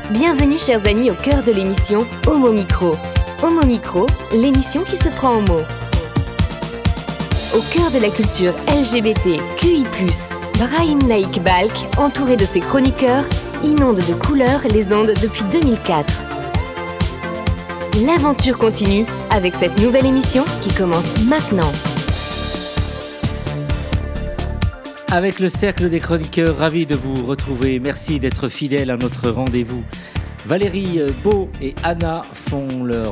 Bienvenue chers amis au cœur de l'émission Homo Micro. Homo Micro, l'émission qui se prend en mots. Au cœur de la culture LGBT, QI+, Brahim Naik Balk, entouré de ses chroniqueurs, inonde de couleurs les ondes depuis 2004. L'aventure continue avec cette nouvelle émission qui commence maintenant. Avec le cercle des chroniqueurs, ravi de vous retrouver. Merci d'être fidèles à notre rendez-vous. Valérie Beau et Anna font leur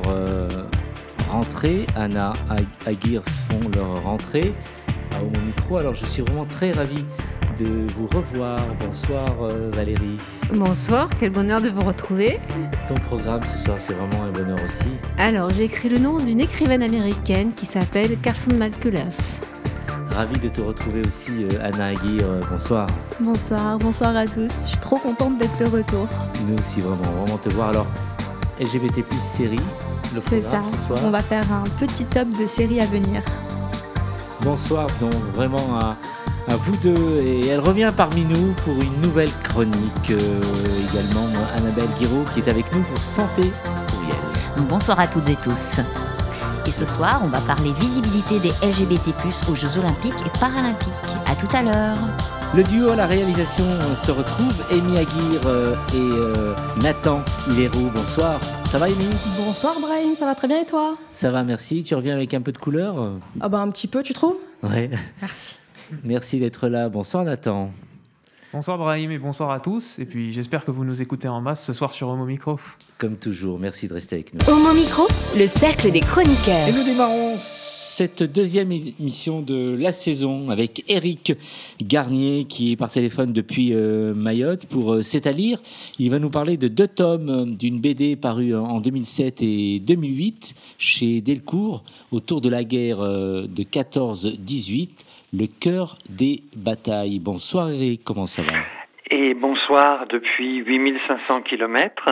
rentrée. Anna Aguirre font leur rentrée à Homo Micro. Alors je suis vraiment très ravi de vous revoir. Bonsoir Valérie. Bonsoir, quel bonheur de vous retrouver. Ton programme ce soir, c'est vraiment un bonheur aussi. Alors, j'ai écrit le nom d'une écrivaine américaine qui s'appelle Carson McCullers. Ravi de te retrouver aussi, Anna Aguirre. Bonsoir. Bonsoir à tous. Je suis trop contente d'être de retour. Nous aussi, vraiment te voir. Alors, LGBT+ série, le C'est programme ça. ce soir. On va faire un petit top de séries à venir. Bonsoir, donc vraiment à vous deux. Et elle revient parmi nous pour une nouvelle chronique. Également, Annabelle Guiraud qui est avec nous pour Santé Pluriel. Bonsoir à toutes et tous. Et ce soir, on va parler visibilité des LGBT+, aux Jeux Olympiques et Paralympiques. À tout à l'heure. Le duo à la réalisation se retrouve, Amy Aguirre et Nathan Hilero. Bonsoir, ça va Amy ? Bonsoir Brahim, ça va très bien et toi ? Ça va, merci. Tu reviens avec un peu de couleur ? Ah bah un petit peu, tu trouves ? Ouais. Merci. Merci d'être là. Bonsoir Nathan. Bonsoir Brahim et bonsoir à tous. Et puis j'espère que vous nous écoutez en masse ce soir sur Homo Micro. Comme toujours, merci de rester avec nous. Homo Micro, le cercle des chroniqueurs. Et nous démarrons cette deuxième émission de la saison avec Éric Garnier qui est par téléphone depuis Mayotte pour C'est à lire. Il va nous parler de 2 tomes d'une BD parue en 2007 et 2008 chez Delcourt autour de la guerre de 14-18. Le cœur des batailles. Bonsoir Eric, comment ça va ? Et bonsoir depuis 8500 km.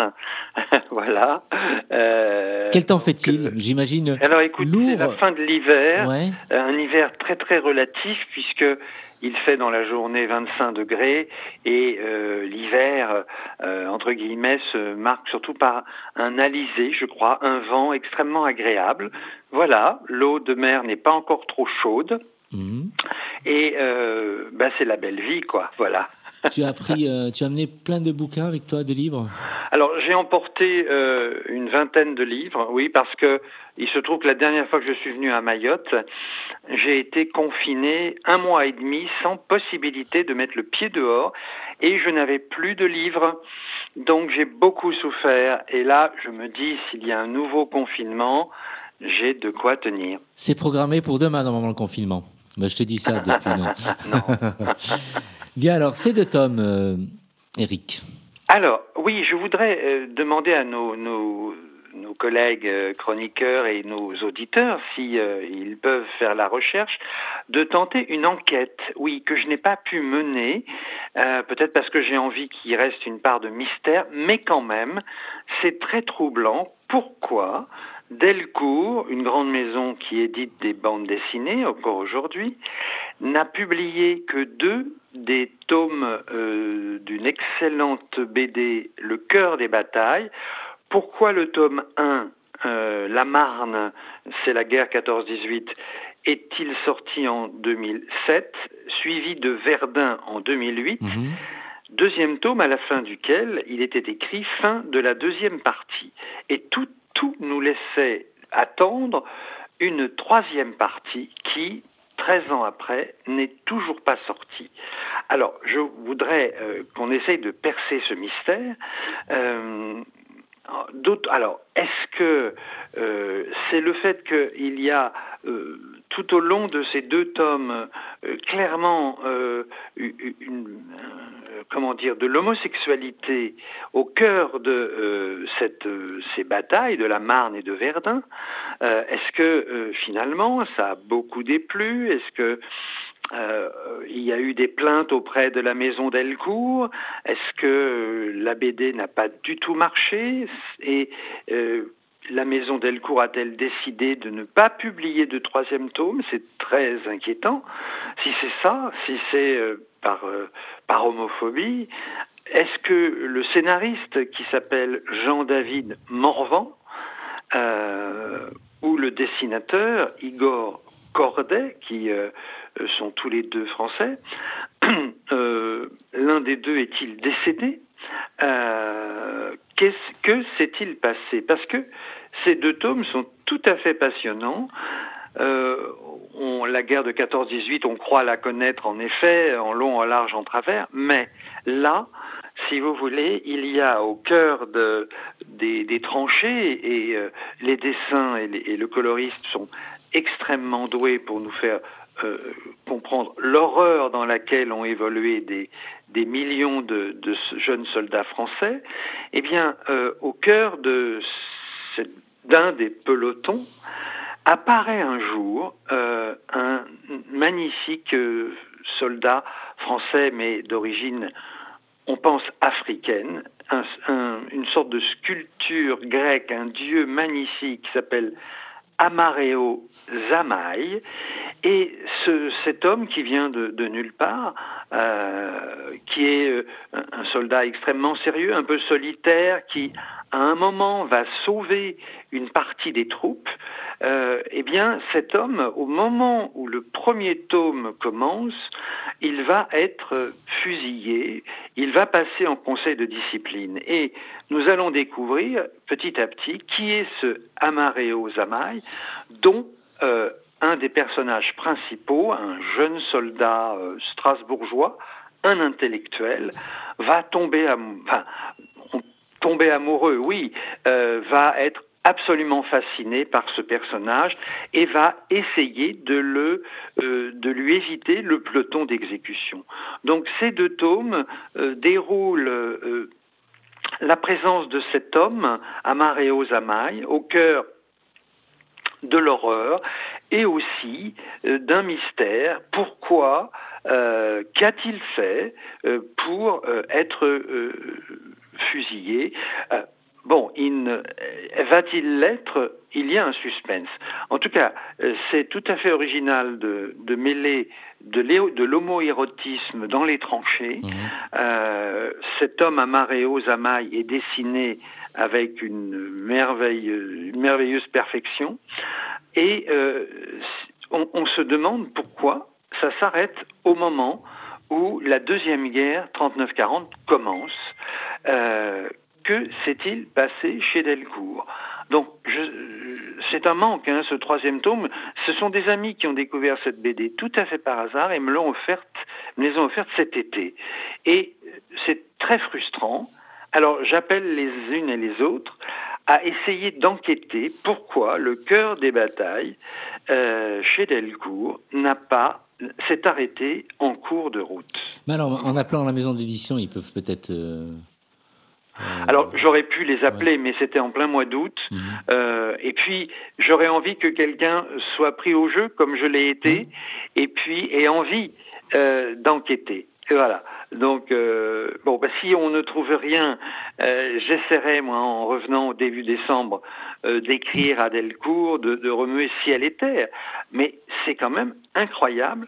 Voilà. Quel temps fait-il ? J'imagine alors écoute, lourd. C'est la fin de l'hiver. Ouais. Un hiver très très relatif puisque il fait dans la journée 25 degrés et l'hiver, entre guillemets, se marque surtout par un alizé, je crois, un vent extrêmement agréable. Voilà, l'eau de mer n'est pas encore trop chaude. Et c'est la belle vie, quoi. Voilà. Tu as amené plein de bouquins avec toi, de livres ? Alors, j'ai emporté une vingtaine de livres, oui, parce que il se trouve que la dernière fois que je suis venu à Mayotte, j'ai été confiné 1 mois et demi sans possibilité de mettre le pied dehors et je n'avais plus de livres. Donc, j'ai beaucoup souffert. Et là, je me dis, s'il y a un nouveau confinement, j'ai de quoi tenir. C'est programmé pour demain, normalement, le confinement. Ben, je te dis ça depuis, non. Non. Bien, alors, ces 2 tomes, Eric. Alors, oui, je voudrais demander à nos collègues chroniqueurs et nos auditeurs, si ils peuvent faire la recherche, de tenter une enquête, oui, que je n'ai pas pu mener, peut-être parce que j'ai envie qu'il reste une part de mystère, mais quand même, c'est très troublant. Pourquoi Delcourt, une grande maison qui édite des bandes dessinées, encore aujourd'hui, n'a publié que 2 des tomes d'une excellente BD, Le cœur des batailles. Pourquoi le tome 1, La Marne, c'est la guerre 14-18, est-il sorti en 2007, suivi de Verdun en 2008 Deuxième tome à la fin duquel il était écrit fin de la 2e partie. Et tout nous laissait attendre une 3e partie qui, 13 ans après, n'est toujours pas sortie. Alors, je voudrais qu'on essaye de percer ce mystère. Alors, est-ce que c'est le fait qu'il y a tout au long de ces 2 tomes clairement de l'homosexualité au cœur de ces batailles de la Marne et de Verdun? Est-ce que finalement ça a beaucoup déplu? Est-ce que il y a eu des plaintes auprès de la maison Delcourt? Est-ce que la BD n'a pas du tout marché? Et la maison Delcourt a-t-elle décidé de ne pas publier de 3e tome? C'est très inquiétant. Si c'est ça, si c'est par homophobie, est-ce que le scénariste qui s'appelle Jean-David Morvan ou le dessinateur Igor Corday, qui sont tous les deux français, l'un des deux est-il décédé? Que s'est-il passé? Parce que ces deux tomes sont tout à fait passionnants. La guerre de 14-18, on croit la connaître en effet, en long, en large, en travers, mais là, si vous voulez, il y a au cœur des tranchées, et les dessins et le coloriste sont extrêmement doués pour nous faire comprendre l'horreur dans laquelle ont évolué des millions de jeunes soldats français. Eh bien, au cœur d'un des pelotons apparaît un jour un magnifique soldat français, mais d'origine, on pense, africaine, une sorte de sculpture grecque, un dieu magnifique qui s'appelle Amareo Zamaï, et cet homme qui vient de nulle part, qui est un soldat extrêmement sérieux, un peu solitaire, qui à un moment va sauver une partie des troupes, eh bien cet homme, au moment où le premier tome commence, il va être fusillé, il va passer en conseil de discipline. Et nous allons découvrir petit à petit qui est ce Amareo Zamaï, dont un des personnages principaux, un jeune soldat strasbourgeois, un intellectuel, va tomber amoureux, oui, va être absolument fasciné par ce personnage et va essayer de lui éviter le peloton d'exécution. Donc ces deux tomes déroulent la présence de cet homme, Amareo Zamaï, au cœur de l'horreur et aussi d'un mystère. Pourquoi, qu'a-t-il fait pour être fusillé? Bon, va-t-il l'être? Il y a un suspense. En tout cas, c'est tout à fait original de mêler de l'homoérotisme dans les tranchées. Cet homme Amareo Zamaï est dessiné avec une merveilleuse perfection. Et on se demande pourquoi ça s'arrête au moment où la deuxième guerre 39-40 commence. Que s'est-il passé chez Delcourt? Donc, c'est un manque, ce troisième tome. Ce sont des amis qui ont découvert cette BD tout à fait par hasard et me les ont offerte cet été. Et c'est très frustrant. Alors, j'appelle les unes et les autres à essayer d'enquêter pourquoi le cœur des batailles chez Delcourt s'est arrêté en cours de route. Mais alors, en appelant la maison d'édition, ils peuvent peut-être... Alors, j'aurais pu les appeler, mais c'était en plein mois d'août. Et puis, j'aurais envie que quelqu'un soit pris au jeu, comme je l'ai été, et puis ait envie d'enquêter. Et voilà. Donc, si on ne trouve rien, j'essaierai, moi, en revenant au début décembre, d'écrire à Delcourt, de remuer ciel et terre. Mais c'est quand même incroyable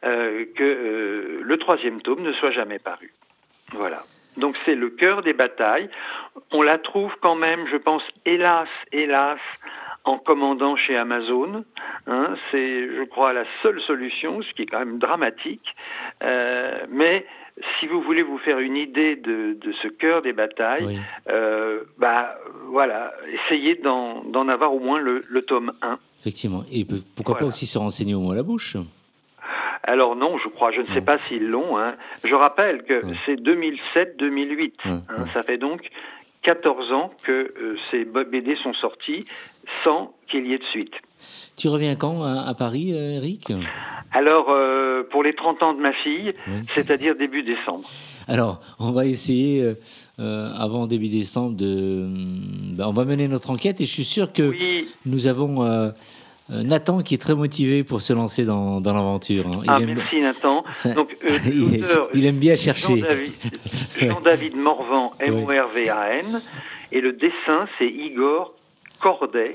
que le troisième tome ne soit jamais paru. Voilà. Donc c'est le cœur des batailles. On la trouve quand même, je pense, hélas, en commandant chez Amazon. C'est, je crois, la seule solution, ce qui est quand même dramatique. Mais si vous voulez vous faire une idée de ce cœur des batailles, voilà, essayez d'en avoir au moins le tome 1. Effectivement. Et pourquoi pas aussi se renseigner au mot à la bouche? Alors non, je ne sais pas s'ils l'ont. Je rappelle que c'est 2007-2008. Ça fait donc 14 ans que ces BD sont sortis sans qu'il y ait de suite. Tu reviens quand à Paris, Eric? Alors, pour les 30 ans de ma fille, c'est-à-dire début décembre. Alors, on va essayer, avant début décembre, on va mener notre enquête et je suis sûr que nous avons... Nathan qui est très motivé pour se lancer dans l'aventure. Merci Nathan. Donc, il aime bien chercher. Jean-David Morvan, Morvan, et le dessin c'est Igor Corday,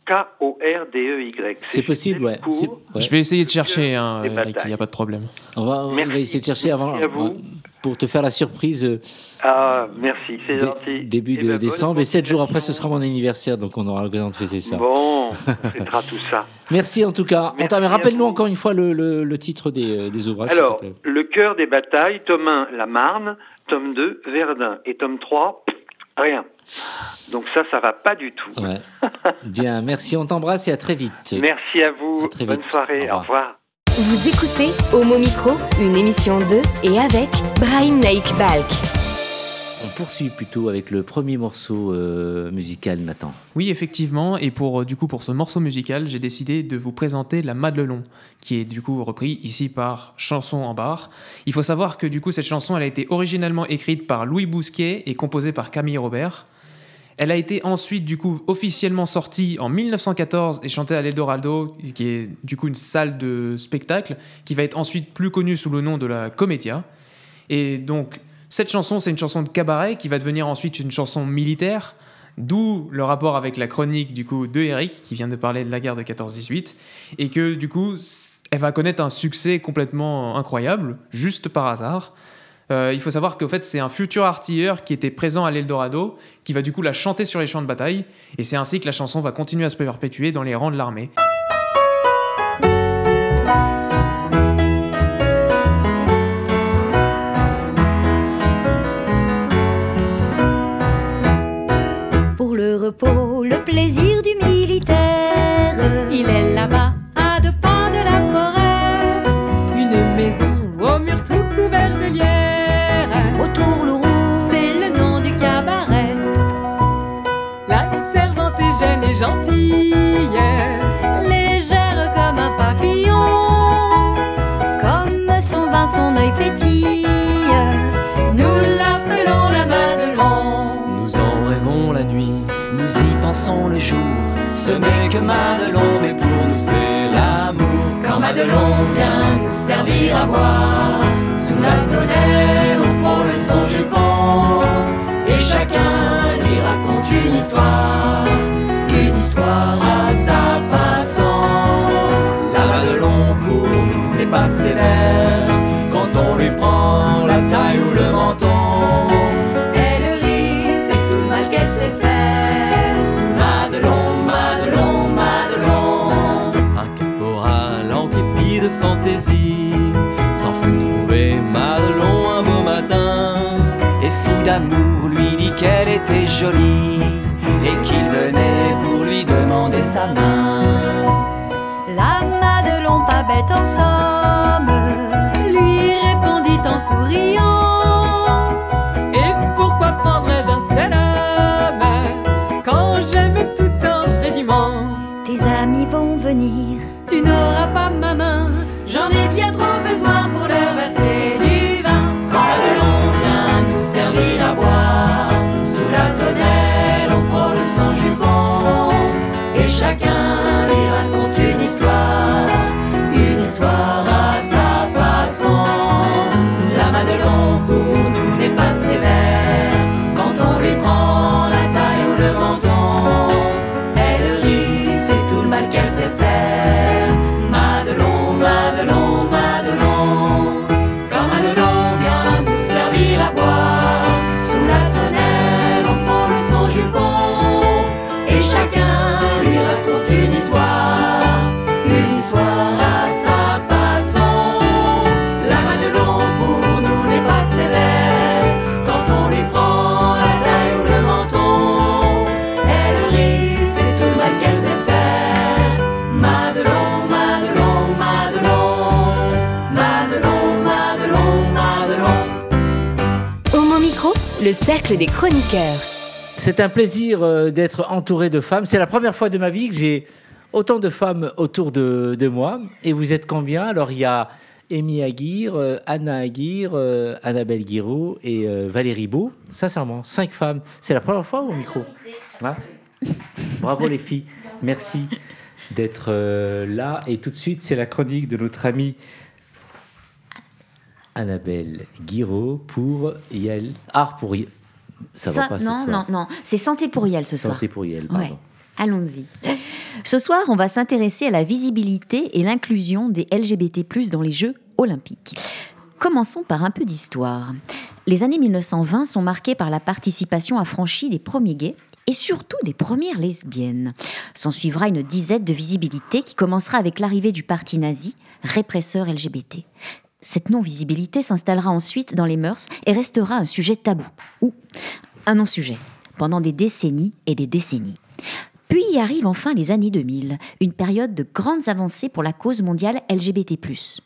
K-O-R-D-E-Y. C'est possible, ouais. Je vais essayer de chercher, Des Eric, il batailles. n'y a pas de problème. On va essayer de chercher avant, Merci à vous. pour te faire la surprise. Ah, merci, c'est gentil. Début Eh de ben, décembre. bonne Et 7 jours après, ce continuation. sera mon anniversaire, donc on aura l'occasion de fêter ça. Bon, on fêtera tout ça. Merci en tout cas. Merci Mais à rappelle-nous vous. encore une fois le titre des ouvrages. Alors, s'il te plaît. Le cœur des batailles, tome 1, La Marne, tome 2, Verdun, et tome 3, rien. Donc ça va pas du tout. Ouais. Bien, merci, on t'embrasse et à très vite. Merci à vous, À très bonne vite. soirée, Au au revoir. Vous écoutez Homo Micro, une émission de et avec Brahim Naik Balk. On poursuit plutôt avec le premier morceau musical, Nathan. Oui, effectivement, et pour ce morceau musical, j'ai décidé de vous présenter la Madelon, qui est du coup repris ici par Chanson en barre. Il faut savoir que du coup cette chanson, elle a été originellement écrite par Louis Bousquet et composée par Camille Robert. Elle a été ensuite du coup officiellement sortie en 1914 et chantée à l'Eldorado, qui est du coup une salle de spectacle, qui va être ensuite plus connue sous le nom de la Comédia. Et donc cette chanson, c'est une chanson de cabaret qui va devenir ensuite une chanson militaire, d'où le rapport avec la chronique du coup de Eric, qui vient de parler de la guerre de 14-18, et que du coup, elle va connaître un succès complètement incroyable, juste par hasard. Il faut savoir qu'au fait, c'est un futur artilleur qui était présent à l'Eldorado, qui va du coup la chanter sur les champs de bataille, et c'est ainsi que la chanson va continuer à se perpétuer dans les rangs de l'armée. Pour le repos, le plaisir du militaire, Il est là-bas, à 2 pas de la forêt, une maison au mur tout couvert de lierre. autour le roux, C'est le nom du cabaret. La servante est jeune et gentille, légère comme un papillon. comme son vin, son œil pétille. Nous l'appelons la Madelon. Nous en rêvons la nuit, nous y pensons le jour. Ce n'est que Madelon, mais pour nous c'est l'amour. Quand Madelon vient nous servir à boire, sous la tonnelle on frôle son jupon, et chacun lui raconte une histoire à sa façon. La Madelon pour nous n'est pas sévère quand on lui prend la taille ou le menton. Elle rit, c'est tout le mal qu'elle sait faire. Madelon, Madelon, Madelon. Un caporal en képi de fantaisie s'en fut trouver Madelon un beau matin. Et fou d'amour lui dit qu'elle était jolie et qu'il venait pour lui demander sa main. La Madelon pas bête en somme, Lui répondit en souriant, et pourquoi prendrais-je un seul homme quand j'aime tout un régiment? tes amis vont venir. Tu n'auras pas ma main, j'en ai bien trop besoin pour leur verser du vin. Quand Madelon vient nous servir à boire, sous la tonnelle on frôle son jupon, et chacun lui raconte une histoire à sa façon. La Madelon pour nous n'est pas sévère quand on lui prend la taille ou le menton. Elle rit, c'est tout le mal qu'elle sait faire. Madelon, Madelon, Madelon. Quand Madelon vient nous servir à boire, sous la tonnelle on frôle son jupon, et chacun lui raconte une histoire à sa façon. La Madelon pour nous n'est pas sévère quand on lui prend la taille ou le menton. Elle rit, c'est tout le mal qu'elle sait faire. Madelon, Madelon, Madelon. Madelon, Madelon, Madelon. Homo Micro, le cercle des chroniqueurs. C'est un plaisir d'être entouré de femmes. C'est la première fois de ma vie que j'ai autant de femmes autour de moi. Et vous êtes combien? Alors, il y a Amy Aguirre, Anna Aguirre, Annabelle Guiraud et Valérie Beau. Sincèrement, 5 femmes. C'est la première fois au micro. Hein? Bravo les filles. Merci d'être là. Et tout de suite, c'est la chronique de notre amie Annabelle Guiraud pour Yel. Ah, pour Yel. Ça va pas ce non, soir. non, c'est Santé pour Yel ce soir. Santé pour Yel, pardon. Ouais. Allons-y. Ce soir, on va s'intéresser à la visibilité et l'inclusion des LGBT+, dans les Jeux olympiques. Commençons par un peu d'histoire. Les années 1920 sont marquées par la participation affranchie des premiers gays et surtout des premières lesbiennes. S'en suivra une disette de visibilité qui commencera avec l'arrivée du parti nazi, répresseur LGBT. Cette non-visibilité s'installera ensuite dans les mœurs et restera un sujet tabou, ou un non-sujet, pendant des décennies et des décennies. Puis y arrivent enfin les années 2000, une période de grandes avancées pour la cause mondiale LGBT+.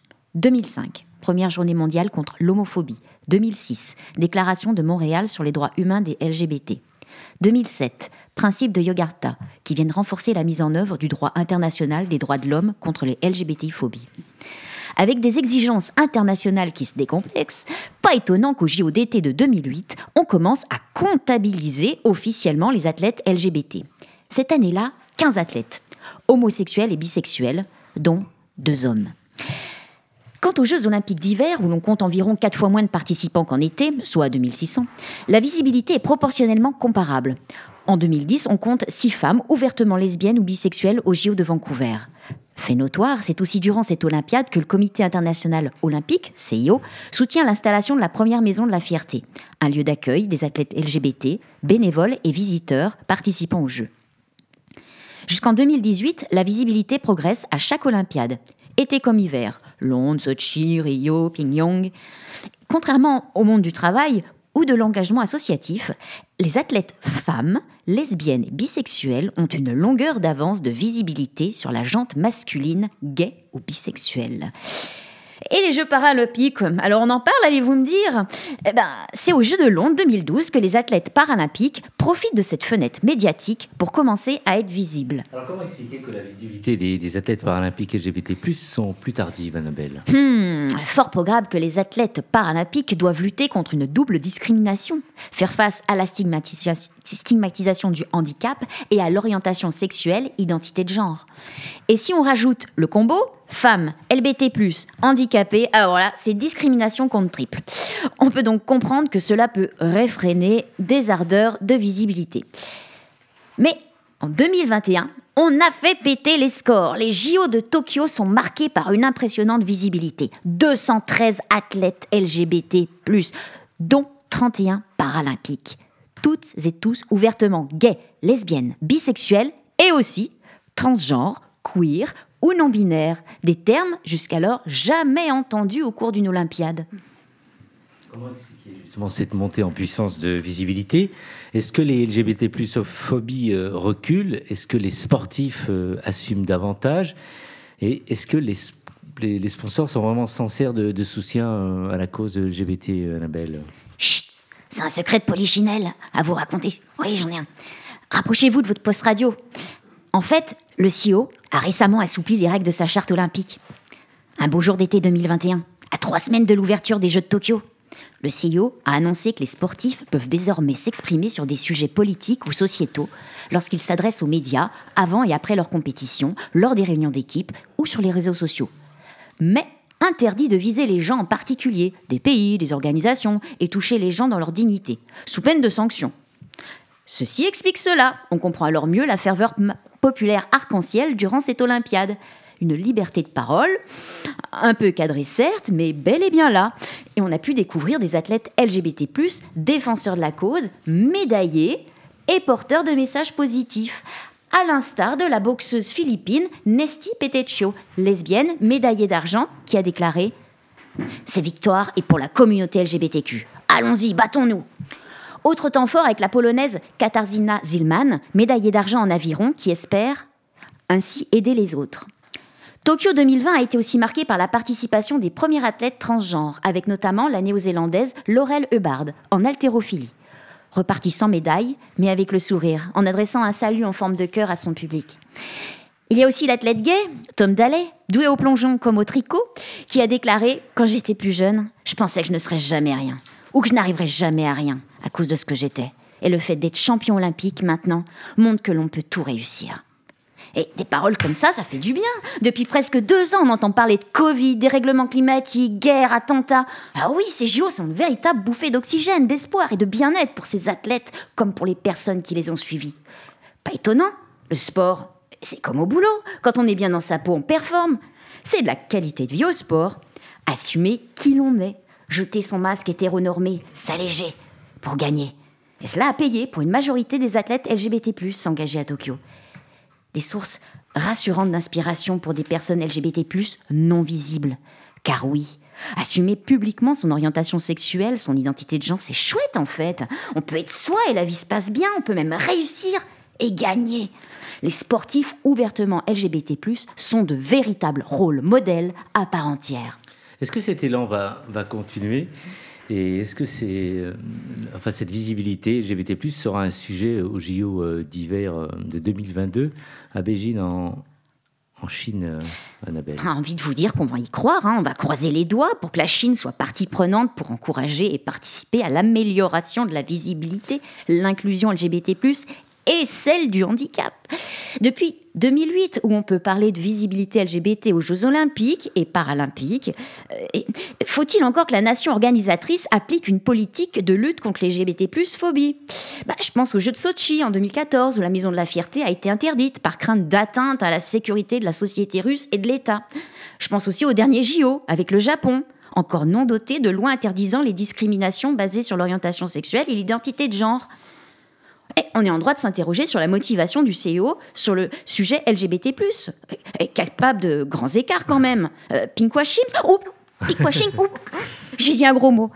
2005, première journée mondiale contre l'homophobie. 2006, déclaration de Montréal sur les droits humains des LGBT. 2007, principe de Yogyakarta, qui viennent renforcer la mise en œuvre du droit international des droits de l'homme contre les LGBT-phobies. Avec des exigences internationales qui se décomplexent, pas étonnant qu'au JO d'été de 2008, on commence à comptabiliser officiellement les athlètes LGBT. Cette année-là, 15 athlètes, homosexuels et bisexuels, dont 2 hommes. Quant aux Jeux olympiques d'hiver, où l'on compte environ 4 fois moins de participants qu'en été, soit 2600, la visibilité est proportionnellement comparable. En 2010, on compte 6 femmes ouvertement lesbiennes ou bisexuelles aux JO de Vancouver. Fait notoire, c'est aussi durant cette Olympiade que le Comité international olympique, CIO, soutient l'installation de la première maison de la fierté, un lieu d'accueil des athlètes LGBT, bénévoles et visiteurs participant aux Jeux. Jusqu'en 2018, la visibilité progresse à chaque Olympiade, été comme hiver, Londres, Sochi, Rio, Pyongyang. Contrairement au monde du travail ou de l'engagement associatif, les athlètes femmes, lesbiennes et bisexuelles ont une longueur d'avance de visibilité sur la jante masculine, gay ou bisexuelle. Et les Jeux paralympiques, alors on en parle, allez-vous me dire ? C'est aux Jeux de Londres 2012 que les athlètes paralympiques profitent de cette fenêtre médiatique pour commencer à être visibles. Alors comment expliquer que la visibilité des athlètes paralympiques LGBT+, sont plus tardives, Annabelle ? Fort probable que les athlètes paralympiques doivent lutter contre une double discrimination, faire face à la stigmatisation du handicap et à l'orientation sexuelle, identité de genre. Et si on rajoute le combo femmes, LGBT+, handicapés, alors là, c'est discrimination contre triple. On peut donc comprendre que cela peut réfréner des ardeurs de visibilité. Mais en 2021, on a fait péter les scores. Les JO de Tokyo sont marqués par une impressionnante visibilité. 213 athlètes LGBT+, dont 31 paralympiques. Toutes et tous ouvertement gays, lesbiennes, bisexuels et aussi transgenres, queer ou non-binaires, des termes jusqu'alors jamais entendus au cours d'une Olympiade. Comment expliquer justement cette montée en puissance de visibilité ? Est-ce que les LGBT+-phobies reculent ? Est-ce que les sportifs assument davantage ? Et est-ce que les sponsors sont vraiment sincères de soutien à la cause LGBT, Annabelle ? Chut ! C'est un secret de Polichinelle à vous raconter. Oui, j'en ai un. Rapprochez-vous de votre poste radio. En fait, le CIO a récemment assoupli les règles de sa charte olympique. Un beau jour d'été 2021, à 3 semaines de l'ouverture des Jeux de Tokyo, le CIO a annoncé que les sportifs peuvent désormais s'exprimer sur des sujets politiques ou sociétaux lorsqu'ils s'adressent aux médias avant et après leur compétition, lors des réunions d'équipe ou sur les réseaux sociaux. Mais interdit de viser les gens en particulier, des pays, des organisations, et toucher les gens dans leur dignité, sous peine de sanctions. Ceci explique cela. On comprend alors mieux la ferveur populaire arc-en-ciel durant cette Olympiade. Une liberté de parole, un peu cadrée certes, mais bel et bien là. Et on a pu découvrir des athlètes LGBT+, défenseurs de la cause, médaillés et porteurs de messages positifs, à l'instar de la boxeuse philippine Nesty Petecchio, lesbienne, médaillée d'argent, qui a déclaré « Ces victoires est pour la communauté LGBTQ. Allons-y, battons-nous !» Autre temps fort avec la polonaise Katarzyna Zilman, médaillée d'argent en aviron, qui espère ainsi aider les autres. Tokyo 2020 a été aussi marqué par la participation des premiers athlètes transgenres, avec notamment la néo-zélandaise Laurel Hubbard, en haltérophilie. Repartie sans médaille, mais avec le sourire, en adressant un salut en forme de cœur à son public. Il y a aussi l'athlète gay, Tom Daley, doué au plongeon comme au tricot, qui a déclaré « Quand j'étais plus jeune, je pensais que je ne serais jamais rien, ou que je n'arriverais jamais à rien, à cause de ce que j'étais. Et le fait d'être champion olympique, maintenant, montre que l'on peut tout réussir. » Et des paroles comme ça fait du bien. Depuis presque 2 ans, on entend parler de Covid, dérèglement climatique, guerre, attentats. Ah oui, ces JO sont une véritable bouffée d'oxygène, d'espoir et de bien-être pour ces athlètes comme pour les personnes qui les ont suivis. Pas étonnant Le sport, c'est comme au boulot. Quand on est bien dans sa peau, on performe. C'est de la qualité de vie au sport. Assumer qui l'on est. Jeter son masque hétéronormé, s'alléger pour gagner. Et cela a payé pour une majorité des athlètes LGBT+, engagés à Tokyo. Des sources rassurantes d'inspiration pour des personnes LGBT+, non visibles. Car oui, assumer publiquement son orientation sexuelle, son identité de genre, c'est chouette en fait. On peut être soi et la vie se passe bien, on peut même réussir et gagner. Les sportifs ouvertement LGBT+, sont de véritables rôles modèles à part entière. Est-ce que cet élan va continuer ? Et est-ce que cette visibilité LGBT+, sera un sujet au JO d'hiver de 2022 à Beijing en Chine, Annabelle? J'ai envie de vous dire qu'on va y croire, on va croiser les doigts pour que la Chine soit partie prenante pour encourager et participer à l'amélioration de la visibilité, l'inclusion LGBT+, et celle du handicap. Depuis 2008, où on peut parler de visibilité LGBT aux Jeux Olympiques et Paralympiques, faut-il encore que la nation organisatrice applique une politique de lutte contre les LGBT+, phobie ? Je pense aux Jeux de Sotchi en 2014, où la Maison de la Fierté a été interdite par crainte d'atteinte à la sécurité de la société russe et de l'État. Je pense aussi aux derniers JO, avec le Japon, encore non doté de lois interdisant les discriminations basées sur l'orientation sexuelle et l'identité de genre. Et on est en droit de s'interroger sur la motivation du CIO sur le sujet LGBT+. Capable de grands écarts quand même. Pinkwashing. J'ai dit un gros mot.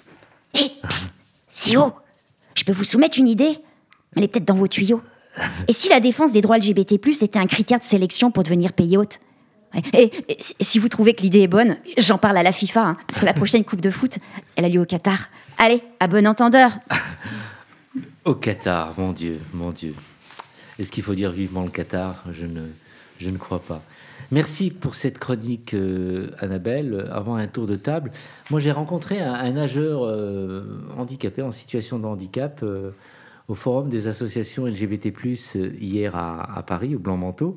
CIO, je peux vous soumettre une idée ? Elle est peut-être dans vos tuyaux. Et si la défense des droits LGBT+, était un critère de sélection pour devenir pays hôte ? Et si vous trouvez que l'idée est bonne, j'en parle à la FIFA, parce que la prochaine Coupe de foot, elle a lieu au Qatar. Allez, à bon entendeur. Au Qatar, mon Dieu. Est-ce qu'il faut dire vivement le Qatar ? Je ne crois pas. Merci pour cette chronique, Annabelle. Avant un tour de table, moi j'ai rencontré un nageur handicapé, en situation de handicap, au forum des associations LGBT+, hier à Paris, au Blanc-Manteau.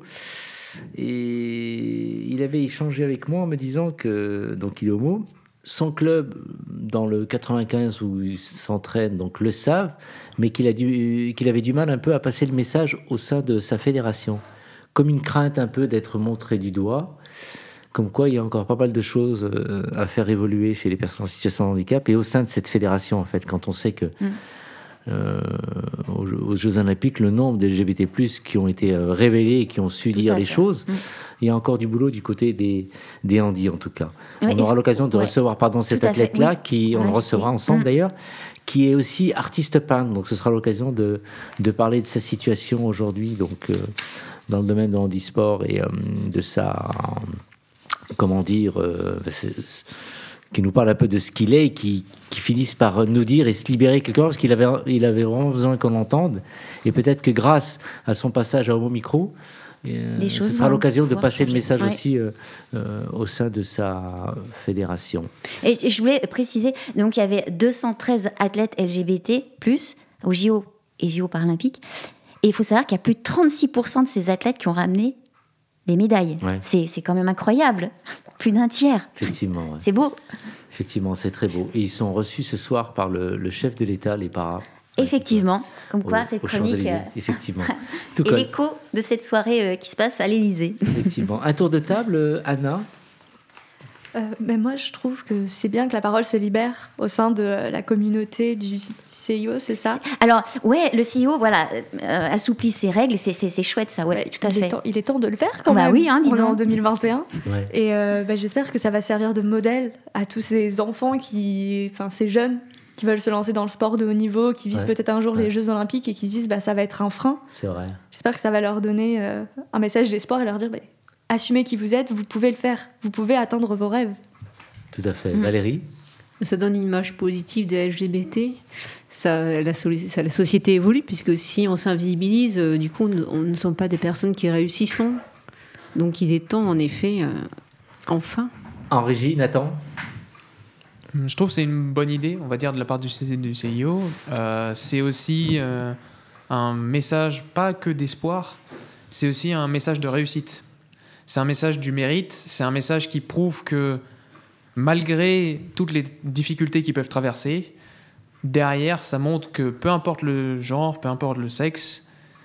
Et il avait échangé avec moi en me disant que, donc il est homo, son club dans le 95 où il s'entraîne donc le savent, mais qu'il avait du mal un peu à passer le message au sein de sa fédération, comme une crainte un peu d'être montré du doigt, comme quoi il y a encore pas mal de choses à faire évoluer chez les personnes en situation de handicap et au sein de cette fédération en fait, quand on sait que aux Jeux Olympiques, le nombre des LGBT+, qui ont été révélés et qui ont su dire les choses, il y a encore du boulot du côté des handis en tout cas. On aura l'occasion de recevoir cet athlète-là, on le recevra ensemble d'ailleurs, qui est aussi artiste peintre, donc ce sera l'occasion de parler de sa situation aujourd'hui, donc dans le domaine de handisport et de sa, qui nous parle un peu de ce qu'il est et qui finisse par nous dire et se libérer quelque part, parce qu'il avait vraiment besoin qu'on l'entende. Et peut-être que grâce à son passage à Homo Micro, ce sera l'occasion de passer le message aussi au sein de sa fédération. Et je voulais préciser, donc il y avait 213 athlètes LGBT+, aux JO et JO paralympiques. Et il faut savoir qu'il y a plus de 36% de ces athlètes qui ont ramené des médailles. Ouais. C'est quand même incroyable. Plus d'un tiers. Effectivement. Ouais. C'est beau. Effectivement, c'est très beau. Et ils sont reçus ce soir par le chef de l'État, les paras. Effectivement. Comme quoi, cette chronique... Effectivement. Et l'écho de cette soirée qui se passe à l'Élysée. Effectivement. Un tour de table, Anna. Moi, je trouve que c'est bien que la parole se libère au sein de la communauté du CIO, c'est ça ? Alors, le CIO, assouplit ses règles, c'est chouette ça, tout à fait. Il est temps de le faire quand même. Oui, on est en 2021. Ouais. Et j'espère que ça va servir de modèle à tous ces enfants ces jeunes qui veulent se lancer dans le sport de haut niveau, qui visent peut-être un jour les Jeux Olympiques et qui se disent ça va être un frein. C'est vrai. J'espère que ça va leur donner un message d'espoir et leur dire assumez qui vous êtes, vous pouvez le faire, vous pouvez atteindre vos rêves. Tout à fait. Valérie ? Ça donne une image positive des LGBT. La société évolue, puisque si on s'invisibilise, du coup, on ne sommes pas des personnes qui réussissons. Donc il est temps, en effet, enfin. En régie, Nathan ? Je trouve que c'est une bonne idée, on va dire, de la part du CIO. C'est aussi un message, pas que d'espoir, c'est aussi un message de réussite. C'est un message du mérite, c'est un message qui prouve que malgré toutes les difficultés qu'ils peuvent traverser, derrière, ça montre que peu importe le genre, peu importe le sexe,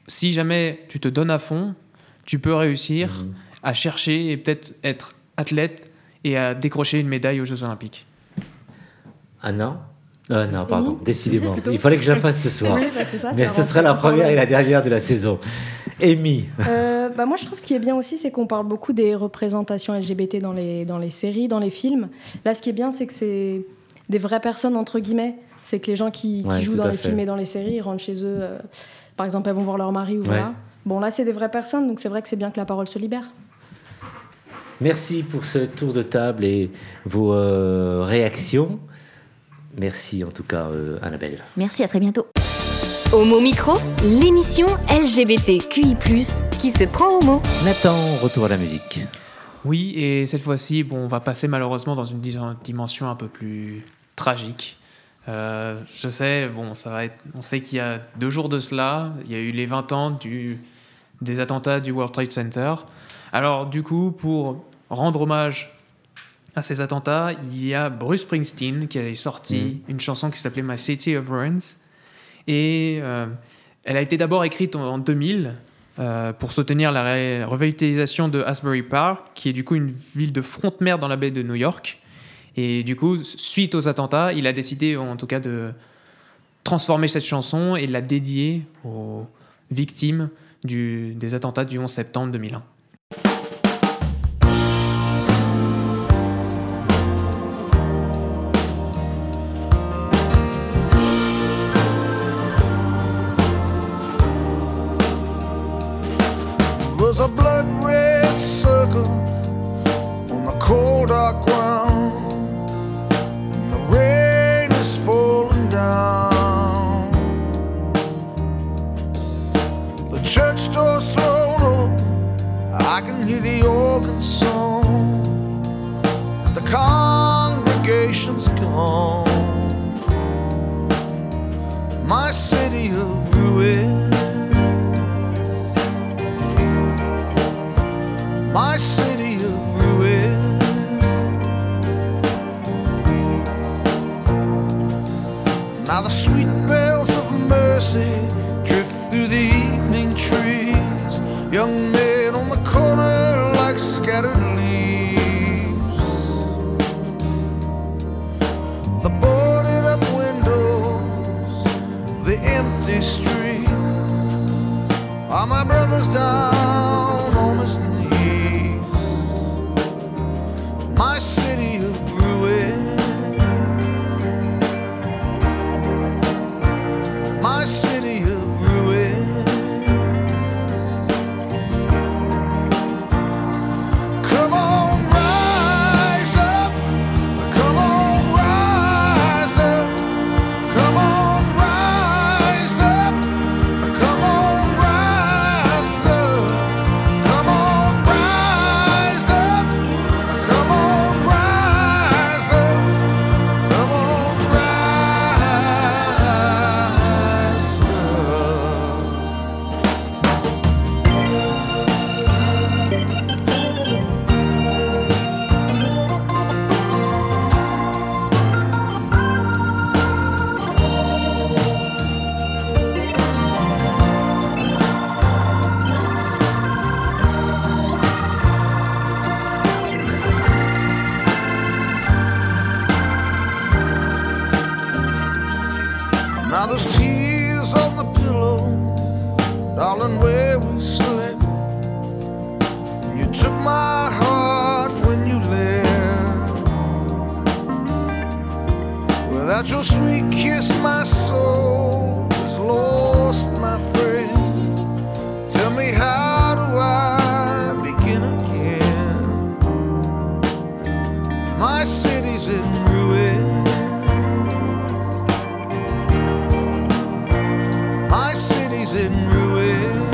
si jamais tu te donnes à fond, tu peux réussir à chercher et peut-être être athlète et à décrocher une médaille aux Jeux Olympiques. Ah non non, pardon, décidément. Il fallait que je la fasse ce soir. Oui, c'est ça, mais ce sera la première et la dernière de la saison. Amy. Moi, je trouve ce qui est bien aussi, c'est qu'on parle beaucoup des représentations LGBT dans les séries, dans les films. Là, ce qui est bien, c'est que c'est des vraies personnes, entre guillemets. C'est que les gens qui jouent dans les films et dans les séries, ils rentrent chez eux. Par exemple, elles vont voir leur mari ou voilà. Bon, là, c'est des vraies personnes, donc c'est vrai que c'est bien que la parole se libère. Merci pour ce tour de table et vos réactions. Merci en tout cas, Annabelle. Merci, à très bientôt. Homo Micro, l'émission LGBTQI+, qui se prend au mot. Nathan, retour à la musique. Oui, et cette fois-ci, on va passer malheureusement dans une dimension un peu plus tragique. Je sais, on sait qu'il y a 2 jours de cela, il y a eu les 20 ans des attentats du World Trade Center. Alors du coup, pour rendre hommage à ces attentats, il y a Bruce Springsteen qui a sorti une chanson qui s'appelait My City of Ruins. Et elle a été d'abord écrite en 2000 pour soutenir la revitalisation de Asbury Park, qui est du coup une ville de front-mer dans la baie de New York. Et du coup, suite aux attentats, il a décidé en tout cas de transformer cette chanson et la dédier aux victimes des attentats du 11 septembre 2001. There's a blood red circle on the cold dark ground, and the rain is falling down. The church door's thrown up, I can hear the organ song, and the congregation's gone. My city of ruin, my city of ruin. Now the sweet bells of mercy drift through the evening trees, young men on the corner like scattered leaves. The boarded up windows, the empty streets, are my brothers down on his knees. My city of ruins, my city of ruins. Come on, rise up, come on, rise up, come on, rise up, come on, rise up, come on, rise up, come on, rise up, come on, rise Now there's tears on the pillow, darling, where we slept. You took my heart when you left. Without your sweet kiss, my soul is lost, my friend. Tell me, how do I begin again? My city's in ruin. My city's in ruin.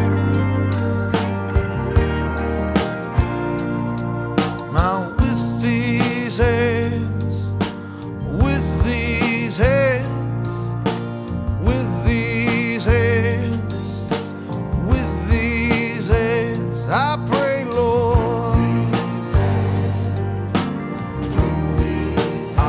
Now with these hands, with these hands, with these hands, with these hands, I pray, Lord,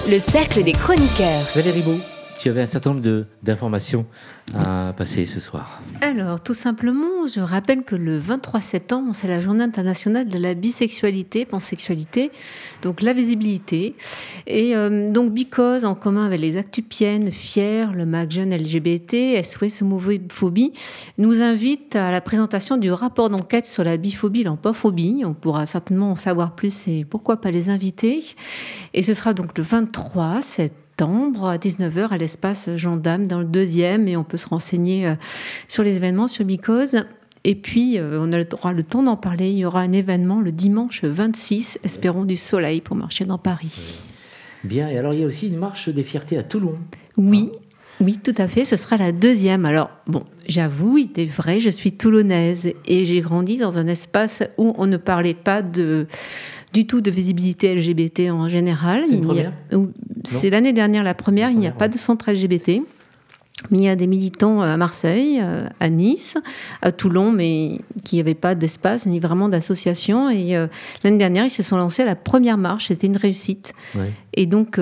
le cercle des chroniqueurs. Valérie Beau, tu avais un certain nombre d'informations à passer ce soir. Alors, tout simplement, je rappelle que le 23 septembre, c'est la journée internationale de la bisexualité, pansexualité, donc la visibilité. Et donc, Because, en commun avec les Actupiennes, Fier, le MAC Jeune LGBT, SOS Homophobie, nous invite à la présentation du rapport d'enquête sur la biphobie et l'empophobie. On pourra certainement en savoir plus et pourquoi pas les inviter. Et ce sera donc le 23 septembre à 19h à l'espace Jean Dame dans le 2e, et on peut se renseigner sur les événements sur Because. Et puis on aura le temps d'en parler, il y aura un événement le dimanche 26, espérons du soleil pour marcher dans Paris. Bien, et alors il y a aussi une marche des fiertés à Toulon. Oui, tout à fait, ce sera la 2e. Alors bon, j'avoue, il est vrai, je suis toulonnaise et j'ai grandi dans un espace où on ne parlait pas du tout de visibilité LGBT en général. C'est l'année dernière la première, il n'y a pas de centre LGBT. Mais il y a des militants à Marseille, à Nice, à Toulon, mais qui n'avaient pas d'espace ni vraiment d'association. Et l'année dernière, ils se sont lancés à la première marche. C'était une réussite. Ouais. Et donc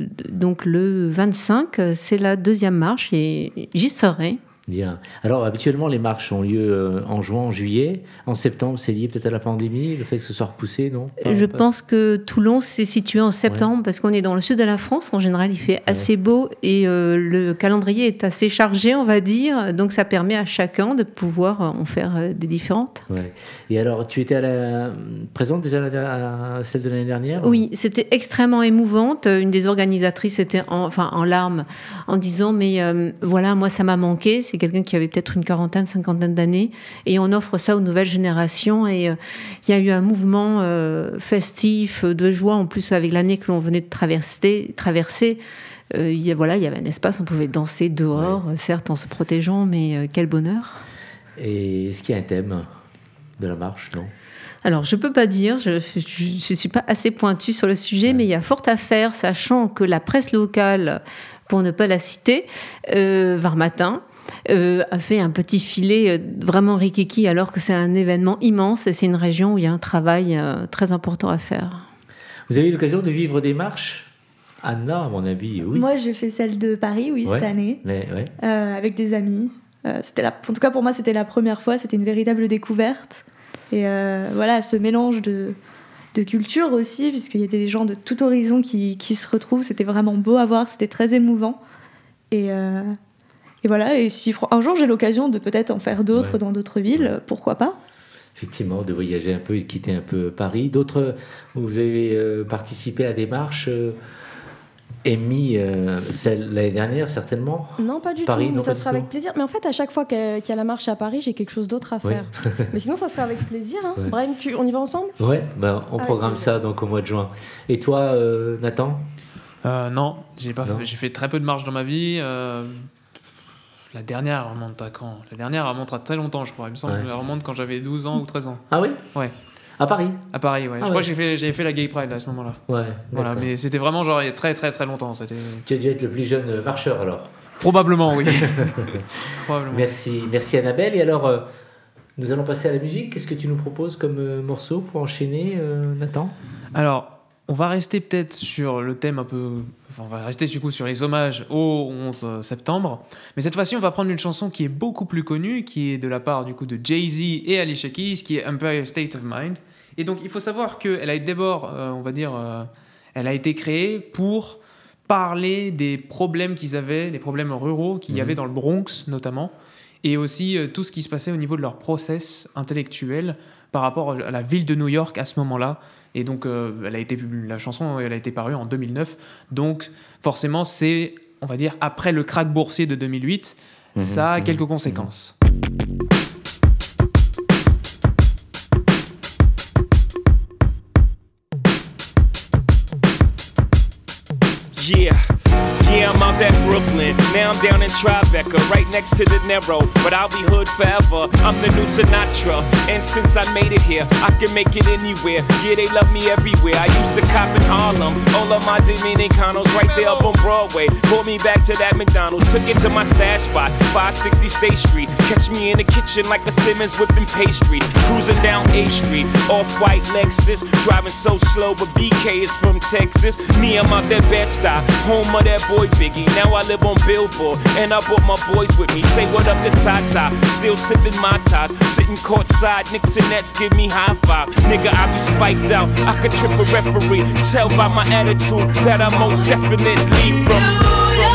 le 25, c'est la 2e marche et j'y serai. Bien. Alors, habituellement, les marches ont lieu en juin, en juillet. En septembre, c'est lié peut-être à la pandémie, le fait que ce soit repoussé, non ? Je pense que Toulon s'est situé en septembre, parce qu'on est dans le sud de la France. En général, il fait assez beau et le calendrier est assez chargé, on va dire. Donc, ça permet à chacun de pouvoir en faire des différentes. Ouais. Et alors, tu étais présente déjà à celle de l'année dernière ? Oui, c'était extrêmement émouvante. Une des organisatrices était en larmes en disant « Mais voilà, moi, ça m'a manqué. » C'est quelqu'un qui avait peut-être une quarantaine, cinquantaine d'années, et on offre ça aux nouvelles générations. Et il y a eu un mouvement festif, de joie, en plus avec l'année que l'on venait de traverser. Il y avait un espace, on pouvait danser dehors, certes en se protégeant, mais quel bonheur. Et est-ce qu'il y a un thème de la marche, non ? Alors, je ne peux pas dire, je ne suis pas assez pointue sur le sujet, mais il y a fort à faire, sachant que la presse locale, pour ne pas la citer, Var Matin, a fait un petit filet vraiment rikiki, alors que c'est un événement immense et c'est une région où il y a un travail très important à faire. Vous avez eu l'occasion de vivre des marches ? Anna, à mon avis, oui. Moi, j'ai fait celle de Paris, cette année, avec des amis. En tout cas, pour moi, c'était la première fois, c'était une véritable découverte. Et ce mélange de culture aussi, puisqu'il y a des gens de tout horizon qui se retrouvent. C'était vraiment beau à voir, c'était très émouvant. Et voilà, et si un jour j'ai l'occasion de peut-être en faire d'autres dans d'autres villes, pourquoi pas ? Effectivement, de voyager un peu et de quitter un peu Paris. D'autres, vous avez participé à des marches Amy, celle l'année dernière, certainement ? Non, pas du Paris, tout, non, ça sera avec plaisir. Mais en fait, à chaque fois qu'il y a la marche à Paris, j'ai quelque chose d'autre à faire. Mais sinon, ça sera avec plaisir. Hein. Ouais. Brahim, on y va ensemble ? Ouais, on programme ça donc, au mois de juin. Et toi, Nathan ? Non, j'ai fait très peu de marches dans ma vie. La dernière remonte à quand ? La dernière remonte à très longtemps, je crois. Il me semble qu'elle remonte quand j'avais 12 ans ou 13 ans. Ah oui ? Ouais. À Paris ? À Paris, ouais. Je crois que j'avais fait la Gay Pride à ce moment-là. Ouais. Voilà, mais c'était vraiment genre il y a très très très longtemps. Tu as dû être le plus jeune marcheur alors ? Probablement, oui. Probablement. Merci Annabelle. Et alors, nous allons passer à la musique. Qu'est-ce que tu nous proposes comme morceau pour enchaîner, Nathan ? Alors, on va rester peut-être sur le thème un peu... Enfin, on va rester du coup sur les hommages au 11 septembre. Mais cette fois-ci, on va prendre une chanson qui est beaucoup plus connue, qui est de la part du coup de Jay-Z et Alicia Keys, qui est Empire State of Mind. Et donc, il faut savoir qu'elle a été d'abord, elle a été créée pour parler des problèmes qu'ils avaient, des problèmes ruraux qu'il y avait dans le Bronx notamment, et aussi tout ce qui se passait au niveau de leur process intellectuel par rapport à la ville de New York à ce moment-là. Et donc, la chanson elle a été parue en 2009. Donc, forcément, c'est, on va dire, après le krach boursier de 2008, ça a quelques conséquences. Yeah, Yeah, I'm out at Brooklyn. Now I'm down in Tribeca, right next to De Niro. But I'll be hood forever. I'm the new Sinatra. And since I made it here, I can make it anywhere. Yeah, they love me everywhere. I used to cop in Harlem. All of my Dominicanos right there up on Broadway. Pulled me back to that McDonald's. Took it to my stash spot, 560 State Street. Catch me in the kitchen like a Simmons whipping pastry. Cruising down A Street, off-white Lexus. Driving so slow, but BK is from Texas. Me, I'm out that Bed-Stuy, home of that boy Biggie. Now I live on Billboard, and I brought my boys with me. Say what up to Tata, still sipping my ties. Sitting courtside, Knicks and Nets give me high five. Nigga, I be spiked out, I could trip a referee. Tell by my attitude that I most definitely from.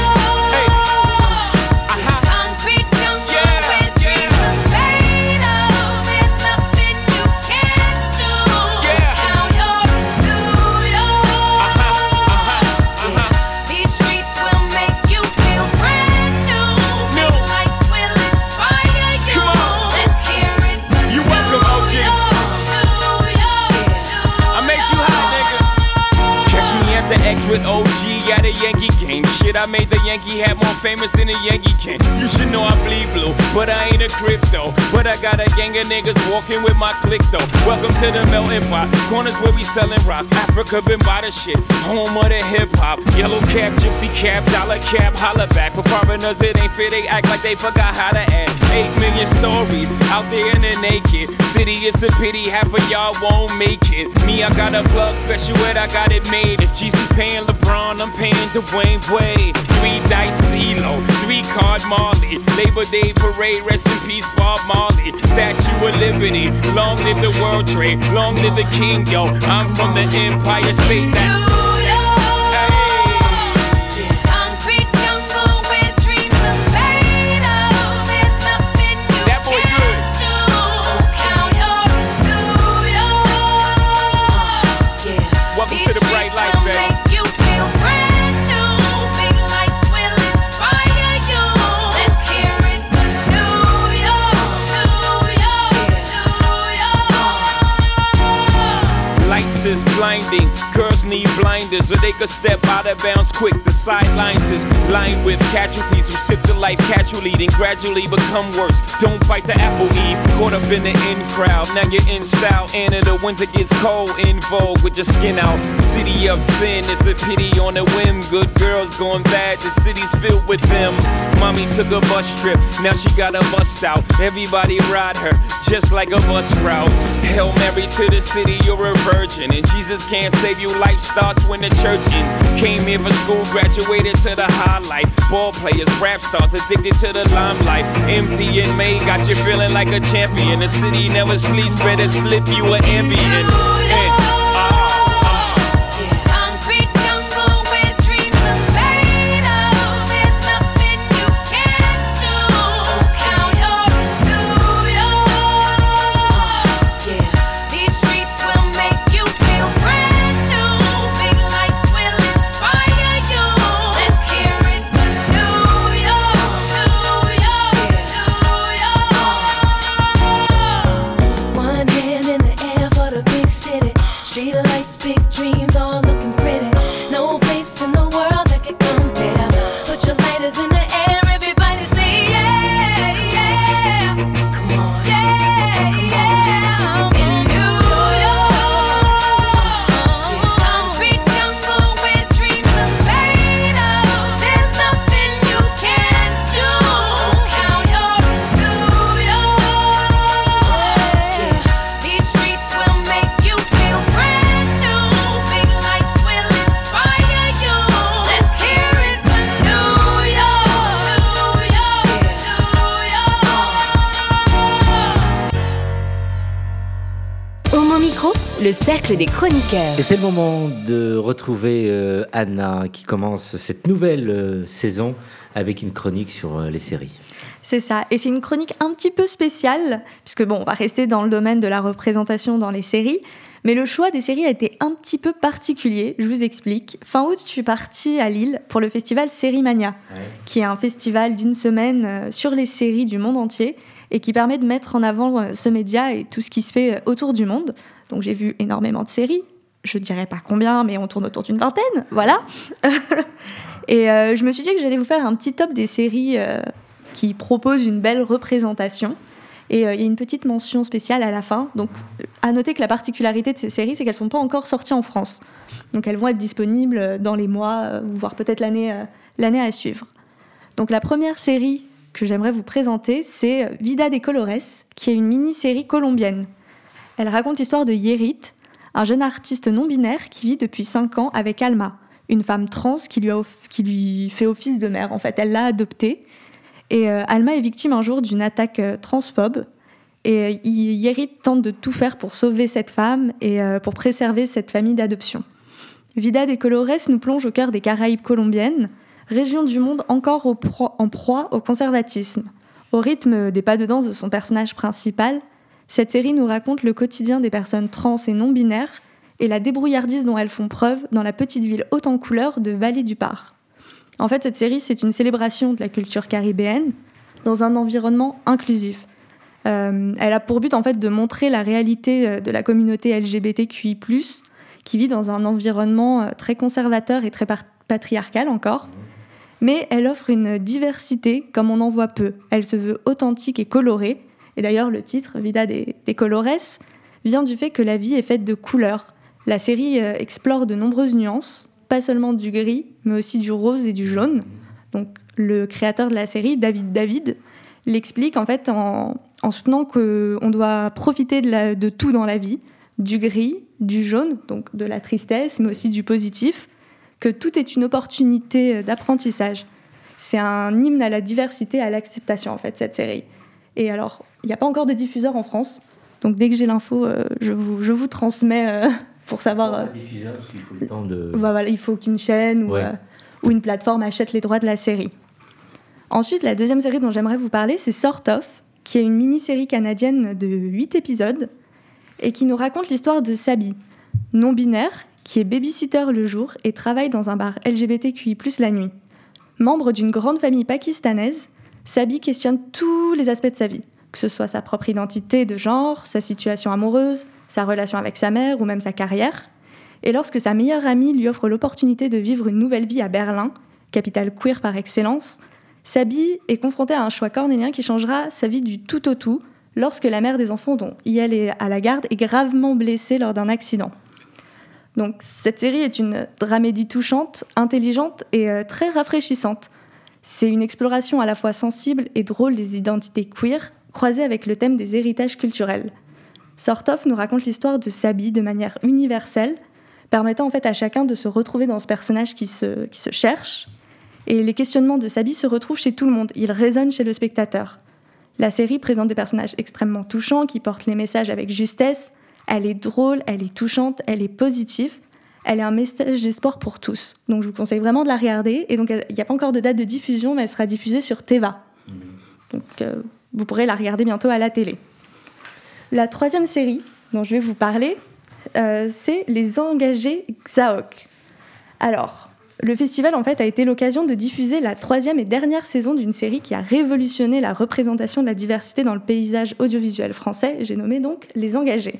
With OG at a Yankee game. Shit, I made the Yankee hat more famous than a Yankee can. You should know I bleed blue, but I ain't a crypto. But I got a gang of niggas walking with my click though. Welcome to the melting pot. Corners where we selling rock. Africa been by the shit. Home of the hip hop. Yellow cap, gypsy cap, dollar cap, holla back. For foreigners it ain't fair, they act like they forgot how to act. 8 million stories out there in the naked city. It's a pity half of y'all won't make it. Me, I got a plug special ed, I got it made. If Jesus paying LeBron, I'm paying Dwayne Wade. 3 dice CeeLo, 3 card Marley. Labor Day parade, rest in peace Bob Marley. Statue of Liberty, long live the World Trade, long live the King, yo. I'm from the Empire State, that's is blinding. Girls need blinders or they could step out of bounds quick. The sidelines is lined with casualties who sip the life casually, then gradually become worse. Don't bite the apple, Eve. Caught up in the in crowd. Now you're in style, and in the winter gets cold. In vogue with your skin out. City of sin, it's a pity on a whim. Good girls going bad, the city's filled with them. Mommy took a bus trip, now she got a bust out. Everybody ride her, just like a bus route. Hail Mary to the city, you're a virgin. And Jesus can't save you, life starts when the church in. Came here for school, graduated to the highlight. Ball players, rap stars, addicted to the limelight. Empty in May, got you feeling like a champion. The city never sleeps, better slip you an ambient. Le cercle des chroniqueurs. Et c'est le moment de retrouver Anna qui commence cette nouvelle saison avec une chronique sur les séries. C'est ça, et c'est une chronique un petit peu spéciale, puisque bon, on va rester dans le domaine de la représentation dans les séries, mais le choix des séries a été un petit peu particulier, je vous explique. Fin août, je suis partie à Lille pour le festival Sérimania, qui est un festival d'une semaine sur les séries du monde entier, et qui permet de mettre en avant ce média et tout ce qui se fait autour du monde. Donc j'ai vu énormément de séries, je dirais pas combien, mais on tourne autour d'une vingtaine, voilà. Et je me suis dit que j'allais vous faire un petit top des séries qui proposent une belle représentation. Et il y a une petite mention spéciale à la fin. Donc, à noter que la particularité de ces séries, c'est qu'elles ne sont pas encore sorties en France. Donc, elles vont être disponibles dans les mois, voire peut-être l'année à suivre. Donc, la première série que j'aimerais vous présenter, c'est Vida de Colores, qui est une mini-série colombienne. Elle raconte l'histoire de Yerit, un jeune artiste non-binaire qui vit depuis 5 ans avec Alma, une femme trans qui lui fait office de mère. En fait, elle l'a adoptée. Et Alma est victime un jour d'une attaque transphobe. Et Yerit tente de tout faire pour sauver cette femme et pour préserver cette famille d'adoption. Vida de Colores nous plonge au cœur des Caraïbes colombiennes, région du monde encore en proie au conservatisme. Au rythme des pas de danse de son personnage principal, cette série nous raconte le quotidien des personnes trans et non-binaires et la débrouillardise dont elles font preuve dans la petite ville haute en couleurs de Vallée du Par. En fait, cette série, c'est une célébration de la culture caribéenne dans un environnement inclusif. Elle a pour but, en fait, de montrer la réalité de la communauté LGBTQI+, qui vit dans un environnement très conservateur et très patriarcal encore. Mais elle offre une diversité comme on en voit peu. Elle se veut authentique et colorée. Et d'ailleurs, le titre, Vida de Colores, vient du fait que la vie est faite de couleurs. La série explore de nombreuses nuances, pas seulement du gris, mais aussi du rose et du jaune. Donc, le créateur de la série, David, l'explique en fait en soutenant qu'on doit profiter de tout dans la vie, du gris, du jaune, donc de la tristesse, mais aussi du positif, que tout est une opportunité d'apprentissage. C'est un hymne à la diversité, à l'acceptation, en fait, cette série. Et alors, il n'y a pas encore de diffuseur en France, donc dès que j'ai l'info, je vous transmets pour savoir... diffuseur, parce qu'il faut le temps de... Voilà, il faut qu'une chaîne ou une plateforme achète les droits de la série. Ensuite, la deuxième série dont j'aimerais vous parler, c'est Sort Of, qui est une mini-série canadienne de 8 épisodes et qui nous raconte l'histoire de Sabi, non-binaire, qui est babysitter le jour et travaille dans un bar LGBTQI+, la nuit. Membre d'une grande famille pakistanaise, Sabi questionne tous les aspects de sa vie, que ce soit sa propre identité de genre, sa situation amoureuse, sa relation avec sa mère ou même sa carrière. Et lorsque sa meilleure amie lui offre l'opportunité de vivre une nouvelle vie à Berlin, capitale queer par excellence, Sabi est confrontée à un choix cornélien qui changera sa vie du tout au tout lorsque la mère des enfants dont Yael est à la garde est gravement blessée lors d'un accident. Donc, cette série est une dramédie touchante, intelligente et très rafraîchissante. C'est une exploration à la fois sensible et drôle des identités queer, croisée avec le thème des héritages culturels. Sort Of nous raconte l'histoire de Sabi de manière universelle, permettant en fait à chacun de se retrouver dans ce personnage qui se cherche. Et les questionnements de Sabi se retrouvent chez tout le monde, ils résonnent chez le spectateur. La série présente des personnages extrêmement touchants qui portent les messages avec justesse. Elle est drôle, elle est touchante, elle est positive. Elle est un message d'espoir pour tous. Donc je vous conseille vraiment de la regarder. Et donc il n'y a pas encore de date de diffusion, mais elle sera diffusée sur Teva. Donc vous pourrez la regarder bientôt à la télé. La troisième série dont je vais vous parler, c'est Les Engagés Xaok. Alors, le festival en fait a été l'occasion de diffuser la troisième et dernière saison d'une série qui a révolutionné la représentation de la diversité dans le paysage audiovisuel français. J'ai nommé donc Les Engagés.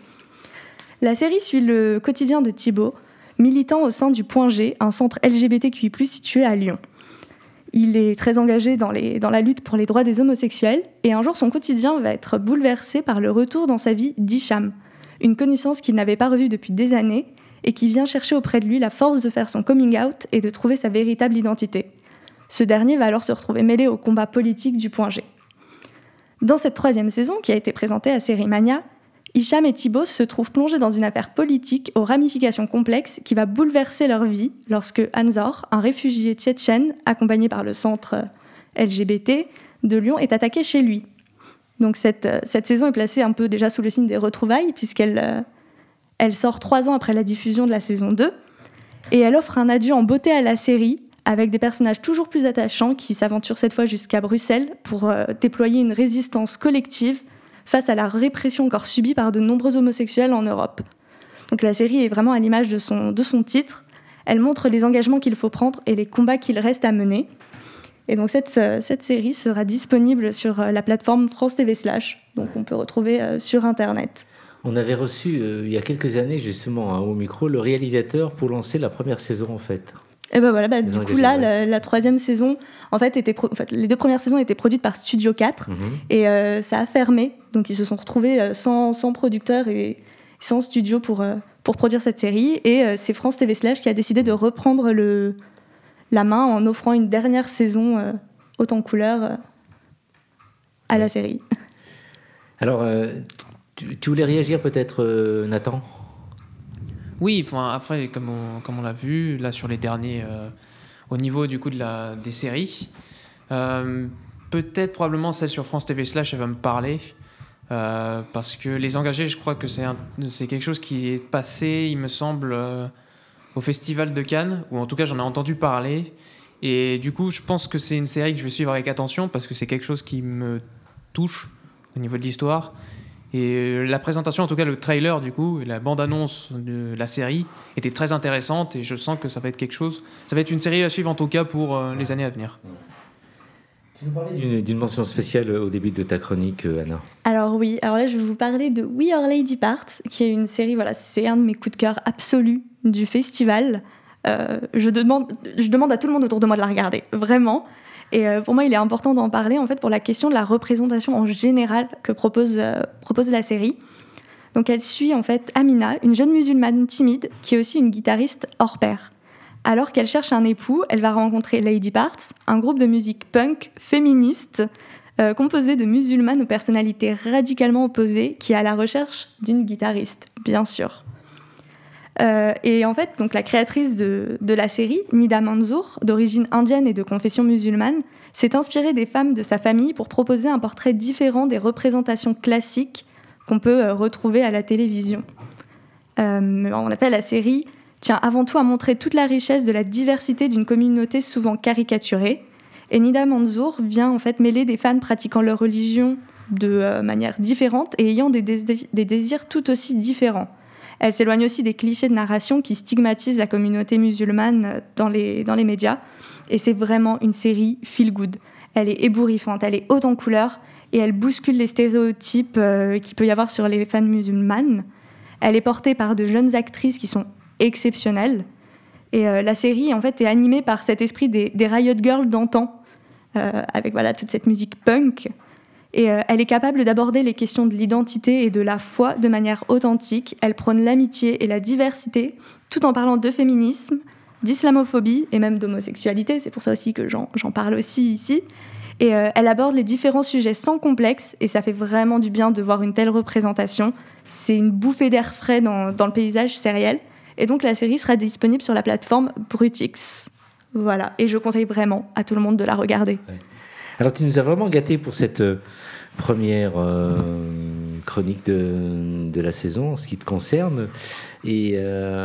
La série suit le quotidien de Thibaut, militant au sein du Point G, un centre LGBTQI+, situé à Lyon. Il est très engagé dans la lutte pour les droits des homosexuels, et un jour son quotidien va être bouleversé par le retour dans sa vie d'Hicham, une connaissance qu'il n'avait pas revue depuis des années, et qui vient chercher auprès de lui la force de faire son coming out et de trouver sa véritable identité. Ce dernier va alors se retrouver mêlé au combat politique du Point G. Dans cette troisième saison, qui a été présentée à Sérimania, Hicham et Thibaut se trouvent plongés dans une affaire politique aux ramifications complexes qui va bouleverser leur vie lorsque Anzor, un réfugié tchétchène accompagné par le centre LGBT de Lyon, est attaqué chez lui. Donc cette saison est placée un peu déjà sous le signe des retrouvailles puisqu'elle sort 3 ans après la diffusion de la saison 2 et elle offre un adieu en beauté à la série avec des personnages toujours plus attachants qui s'aventurent cette fois jusqu'à Bruxelles pour déployer une résistance collective face à la répression encore subie par de nombreux homosexuels en Europe. Donc la série est vraiment à l'image de son titre. Elle montre les engagements qu'il faut prendre et les combats qu'il reste à mener. Et donc cette série sera disponible sur la plateforme France TV /, donc on peut retrouver sur Internet. On avait reçu il y a quelques années justement au micro le réalisateur pour lancer la première saison en fait. Et ben voilà, du coup là, la 3e saison, en fait, les 2 premières saisons étaient produites par Studio 4 et ça a fermé. Donc ils se sont retrouvés sans producteur et sans studio pour produire cette série. Et c'est France TV Slash qui a décidé de reprendre la main en offrant une dernière saison haute en couleur à la série. Alors, tu voulais réagir peut-être, Nathan ? Oui, après, comme on l'a vu, là sur les derniers, au niveau du coup des séries, peut-être probablement celle sur France TV Slash, elle va me parler, parce que Les Engagés, je crois que c'est quelque chose qui est passé, il me semble, au Festival de Cannes, ou en tout cas j'en ai entendu parler, et du coup je pense que c'est une série que je vais suivre avec attention, parce que c'est quelque chose qui me touche au niveau de l'histoire. Et la présentation, en tout cas le trailer du coup, et la bande-annonce de la série était très intéressante et je sens que ça va être quelque chose. Ça va être une série à suivre en tout cas pour les années à venir. Tu nous parlais d'une mention spéciale au début de ta chronique, Anna. Alors là je vais vous parler de We Are Lady Parts, qui est une série, c'est un de mes coups de cœur absolus du festival. Je demande à tout le monde autour de moi de la regarder, vraiment. Et pour moi, il est important d'en parler en fait pour la question de la représentation en général que propose la série. Donc, elle suit en fait Amina, une jeune musulmane timide qui est aussi une guitariste hors pair. Alors qu'elle cherche un époux, elle va rencontrer Lady Parts, un groupe de musique punk féministe composé de musulmanes aux personnalités radicalement opposées qui est à la recherche d'une guitariste, bien sûr. Et en fait, donc, la créatrice de la série, Nida Manzoor, d'origine indienne et de confession musulmane, s'est inspirée des femmes de sa famille pour proposer un portrait différent des représentations classiques qu'on peut retrouver à la télévision. En effet, la série tient avant tout à montrer toute la richesse de la diversité d'une communauté souvent caricaturée. Et Nida Manzoor vient en fait mêler des fans pratiquant leur religion de manière différente et ayant des désirs tout aussi différents. Elle s'éloigne aussi des clichés de narration qui stigmatisent la communauté musulmane dans les médias. Et c'est vraiment une série feel good. Elle est ébouriffante, elle est haute en couleurs et elle bouscule les stéréotypes qu'il peut y avoir sur les fans musulmanes. Elle est portée par de jeunes actrices qui sont exceptionnelles. Et la série, en fait, est animée par cet esprit des Riot Girls d'antan, avec toute cette musique punk. Et elle est capable d'aborder les questions de l'identité et de la foi de manière authentique. Elle prône l'amitié et la diversité, tout en parlant de féminisme, d'islamophobie et même d'homosexualité. C'est pour ça aussi que j'en parle aussi ici. Et elle aborde les différents sujets sans complexe, et ça fait vraiment du bien de voir une telle représentation. C'est une bouffée d'air frais dans le paysage sériel. Et donc la série sera disponible sur la plateforme Brutix. Voilà, et je conseille vraiment à tout le monde de la regarder. Ouais. Alors tu nous as vraiment gâtés pour cette première chronique de la saison en ce qui te concerne. Et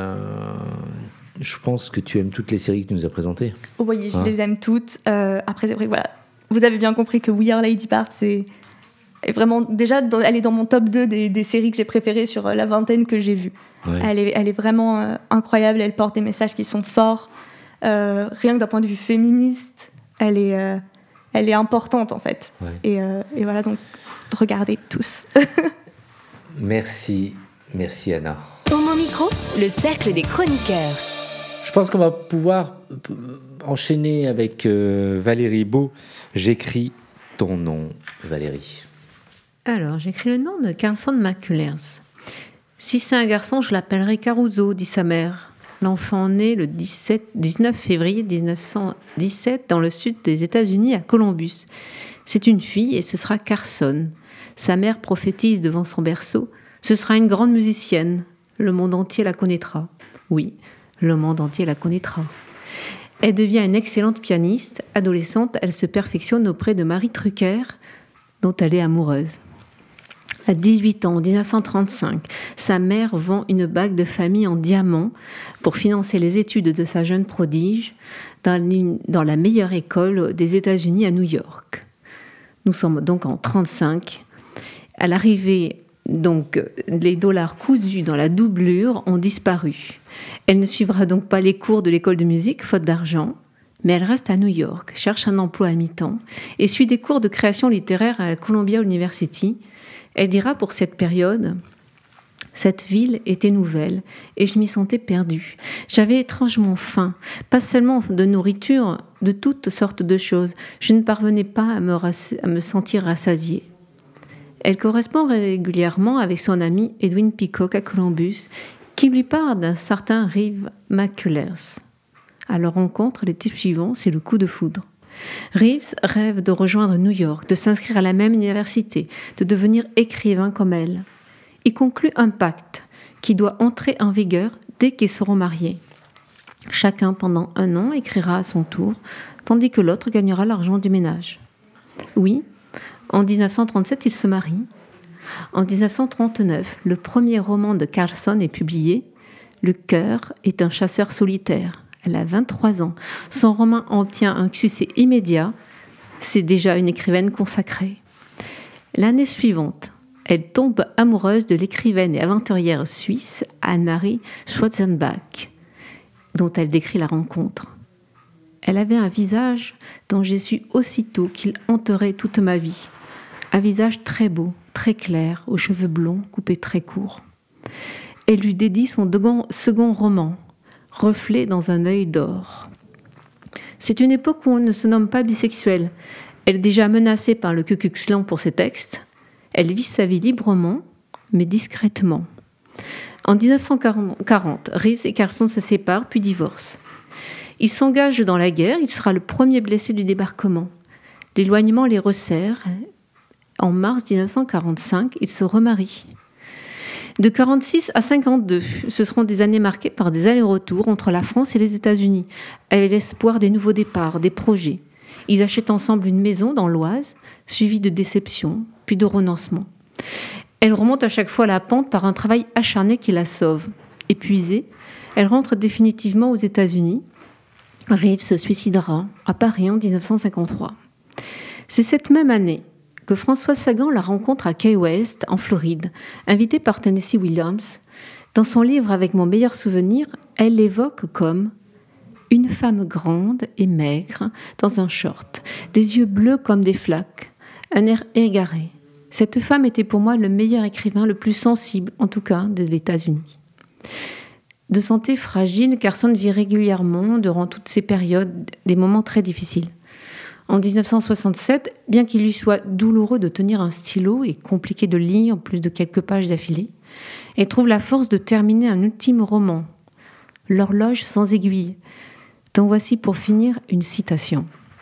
je pense que tu aimes toutes les séries que tu nous as présentées. Oui, je les aime toutes. Après, c'est vrai que vous avez bien compris que We Are Lady Parts est vraiment, déjà, elle est dans mon top 2 des séries que j'ai préférées sur la vingtaine que j'ai vues. Ouais. Elle est vraiment incroyable, elle porte des messages qui sont forts. Rien que d'un point de vue féministe, elle est importante en fait. Ouais. Et voilà, donc regardez tous. Merci Anna. Homo Micro, le cercle des chroniqueurs. Je pense qu'on va pouvoir enchaîner avec Valérie Beau. J'écris ton nom, Valérie. Alors, j'écris le nom de Carson McCullers. Si c'est un garçon, je l'appellerai Caruso, dit sa mère. L'enfant naît le 19 février 1917 dans le sud des États-Unis, à Columbus. C'est une fille et ce sera Carson. Sa mère prophétise devant son berceau. Ce sera une grande musicienne. Le monde entier la connaîtra. Oui, le monde entier la connaîtra. Elle devient une excellente pianiste. Adolescente, elle se perfectionne auprès de Marie Trucker, dont elle est amoureuse. À 18 ans, en 1935, sa mère vend une bague de famille en diamant pour financer les études de sa jeune prodige dans la meilleure école des États-Unis à New York. Nous sommes donc en 1935. À l'arrivée, donc, les dollars cousus dans la doublure ont disparu. Elle ne suivra donc pas les cours de l'école de musique, faute d'argent, mais elle reste à New York, cherche un emploi à mi-temps et suit des cours de création littéraire à la Columbia University. Elle dira pour cette période « Cette ville était nouvelle et je m'y sentais perdue. J'avais étrangement faim, pas seulement de nourriture, de toutes sortes de choses. Je ne parvenais pas à me sentir rassasiée. Elle correspond régulièrement avec son ami Edwin Peacock à Columbus, qui lui parle d'un certain Reeve McCullers. À leur rencontre, l'été suivant, c'est le coup de foudre. Reeves rêve de rejoindre New York, de s'inscrire à la même université, de devenir écrivain comme elle. Il conclut un pacte qui doit entrer en vigueur dès qu'ils seront mariés. Chacun, pendant 1 an, écrira à son tour, tandis que l'autre gagnera l'argent du ménage. Oui, en 1937, ils se marient. En 1939, le premier roman de Carlson est publié. Le cœur est un chasseur solitaire. Elle a 23 ans. Son roman obtient un succès immédiat. C'est déjà une écrivaine consacrée. L'année suivante, elle tombe amoureuse de l'écrivaine et aventurière suisse Anne-Marie Schwarzenbach, dont elle décrit la rencontre. Elle avait un visage dont j'ai su aussitôt qu'il hanterait toute ma vie. Un visage très beau, très clair, aux cheveux blonds coupés très courts. Elle lui dédie son second roman, Reflet dans un œil d'or. C'est une époque où on ne se nomme pas bisexuel. Elle est déjà menacée par le Ku Klux Klan pour ses textes. Elle vit sa vie librement, mais discrètement. En 1940, Reeves et Carlson se séparent puis divorcent. Il s'engage dans la guerre, il sera le premier blessé du débarquement. L'éloignement les resserre. En mars 1945, ils se remarient. De 1946 à 1952, ce seront des années marquées par des allers-retours entre la France et les États-Unis, avec l'espoir des nouveaux départs, des projets. Ils achètent ensemble une maison dans l'Oise, suivie de déceptions, puis de renoncements. Elle remonte à chaque fois la pente par un travail acharné qui la sauve. Épuisée, elle rentre définitivement aux États-Unis. Reeves se suicidera à Paris en 1953. C'est cette même année que Françoise Sagan la rencontre à Key West, en Floride, invitée par Tennessee Williams. Dans son livre Avec mon meilleur souvenir, elle l'évoque comme une femme grande et maigre dans un short, des yeux bleus comme des flaques, un air égaré. Cette femme était pour moi le meilleur écrivain, le plus sensible, en tout cas, des États-Unis. De santé fragile, Carlson vit régulièrement, durant toutes ces périodes, des moments très difficiles. En 1967, bien qu'il lui soit douloureux de tenir un stylo et compliqué de lire plus de quelques pages d'affilée, elle trouve la force de terminer un ultime roman, L'horloge sans aiguille, dont voici pour finir une citation.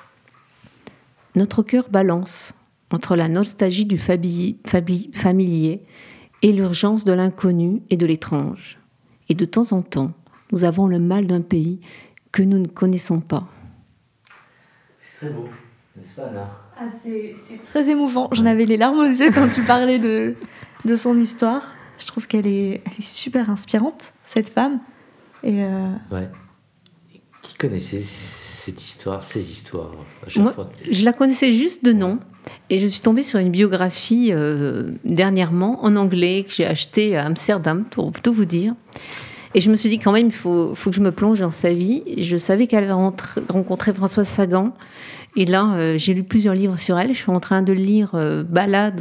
« Notre cœur balance entre la nostalgie du familier et l'urgence de l'inconnu et de l'étrange. Et de temps en temps, nous avons le mal d'un pays que nous ne connaissons pas. » C'est très beau, n'est-ce pas, Anna ? C'est très émouvant. J'en avais les larmes aux yeux quand tu parlais de son histoire. Je trouve qu'elle est super inspirante, cette femme. Et Ouais. Qui connaissait cette histoire, ces histoires à chaque Moi, fois je la connaissais juste de nom. Et je suis tombée sur une biographie dernièrement en anglais que j'ai achetée à Amsterdam, pour tout vous dire. Et je me suis dit quand même, il faut que je me plonge dans sa vie. Et je savais qu'elle avait rencontré Françoise Sagan. Et là, j'ai lu plusieurs livres sur elle. Je suis en train de lire Balade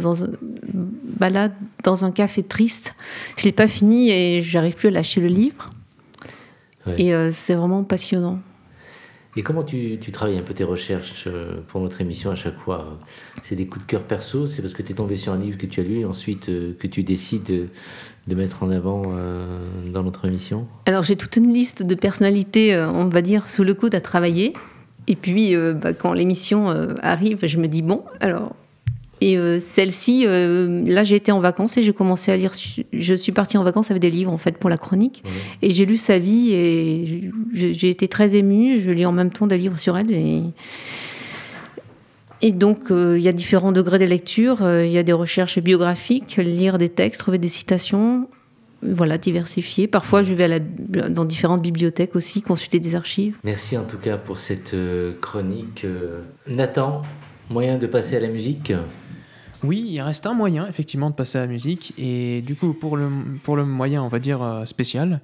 dans un café triste. Je ne l'ai pas fini et je n'arrive plus à lâcher le livre. Ouais. Et c'est vraiment passionnant. Et comment tu travailles un peu tes recherches pour notre émission à chaque fois ? C'est des coups de cœur perso ? C'est parce que tu es tombé sur un livre que tu as lu et ensuite que tu décides de mettre en avant dans notre émission ? Alors j'ai toute une liste de personnalités, on va dire, sous le coude à travailler. Et puis quand l'émission arrive, je me dis bon, alors... Et celle-ci, là j'ai été en vacances et j'ai commencé à lire. Je suis partie en vacances avec des livres en fait pour la chronique. Mmh. Et j'ai lu sa vie et j'ai été très émue. Je lis en même temps des livres sur elle. Et donc il y a différents degrés de lecture. Il y a des recherches biographiques, lire des textes, trouver des citations. Voilà, diversifier. Parfois je vais dans différentes bibliothèques aussi, consulter des archives. Merci en tout cas pour cette chronique. Nathan, moyen de passer à la musique ? Oui, il reste un moyen, effectivement, de passer à la musique. Et du coup, pour le moyen, on va dire, spécial,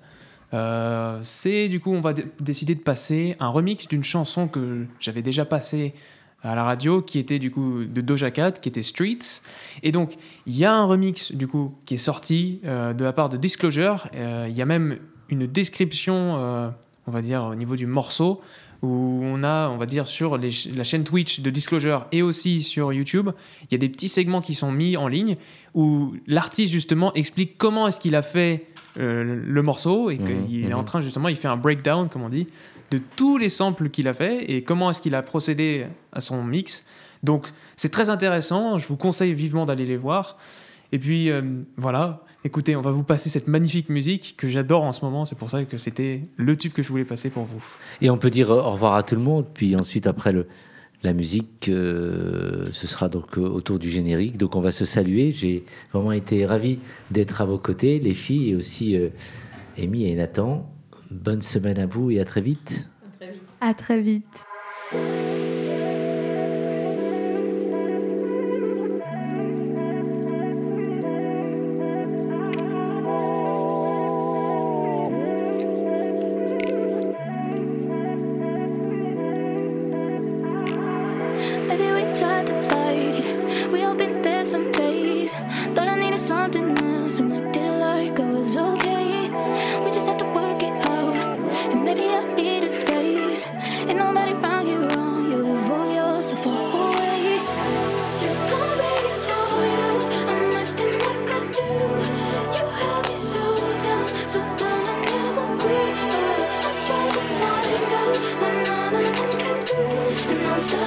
c'est, du coup, on va décider de passer un remix d'une chanson que j'avais déjà passée à la radio, qui était du coup de Doja Cat, qui était Streets. Et donc, il y a un remix du coup qui est sorti de la part de Disclosure. Il y a même une description, on va dire, au niveau du morceau, où on va dire, sur la chaîne Twitch de Disclosure et aussi sur YouTube, il y a des petits segments qui sont mis en ligne où l'artiste, justement, explique comment est-ce qu'il a fait le morceau et qu'il est en train, justement, il fait un breakdown, comme on dit, de tous les samples qu'il a fait et comment est-ce qu'il a procédé à son mix. Donc, c'est très intéressant. Je vous conseille vivement d'aller les voir. Et puis, voilà. Écoutez, on va vous passer cette magnifique musique que j'adore en ce moment. C'est pour ça que c'était le tube que je voulais passer pour vous. Et on peut dire au revoir à tout le monde. Puis ensuite, après la musique, ce sera donc autour du générique. Donc, on va se saluer. J'ai vraiment été ravi d'être à vos côtés, les filles, et aussi Amy et Nathan. Bonne semaine à vous et à très vite. À très vite.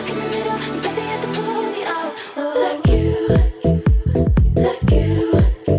Like you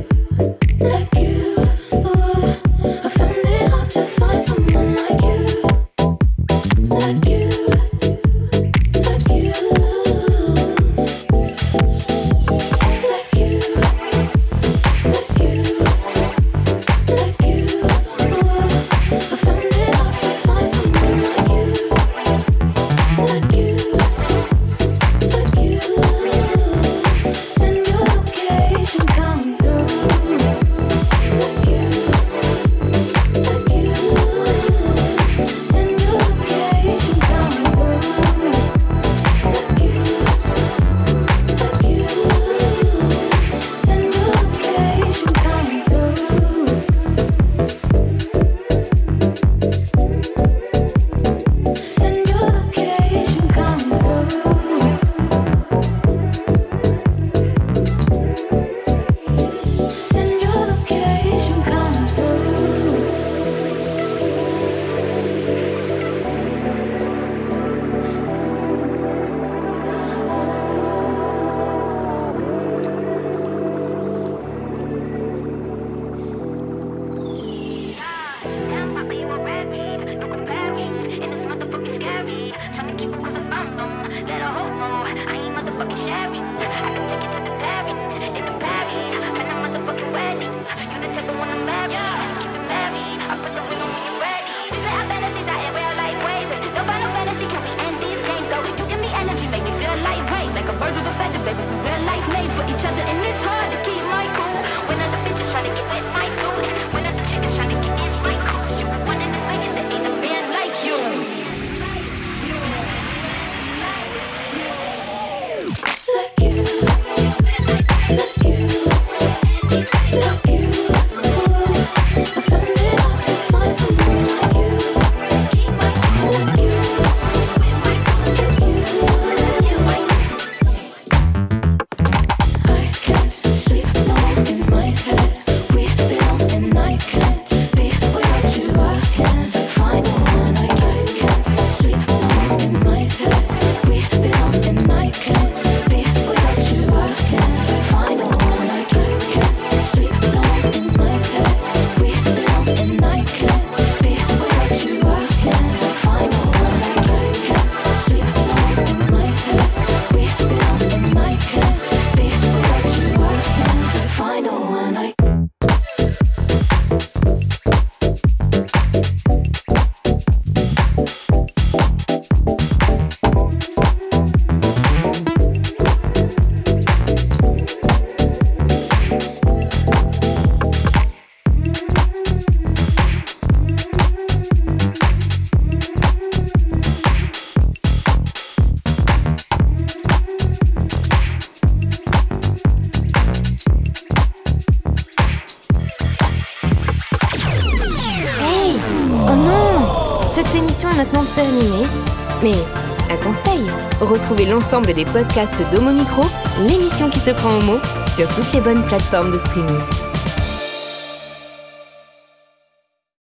l'émission est maintenant terminée. Mais un conseil, retrouvez l'ensemble des podcasts d'Homo Micro, l'émission qui se prend au mot, sur toutes les bonnes plateformes de streaming.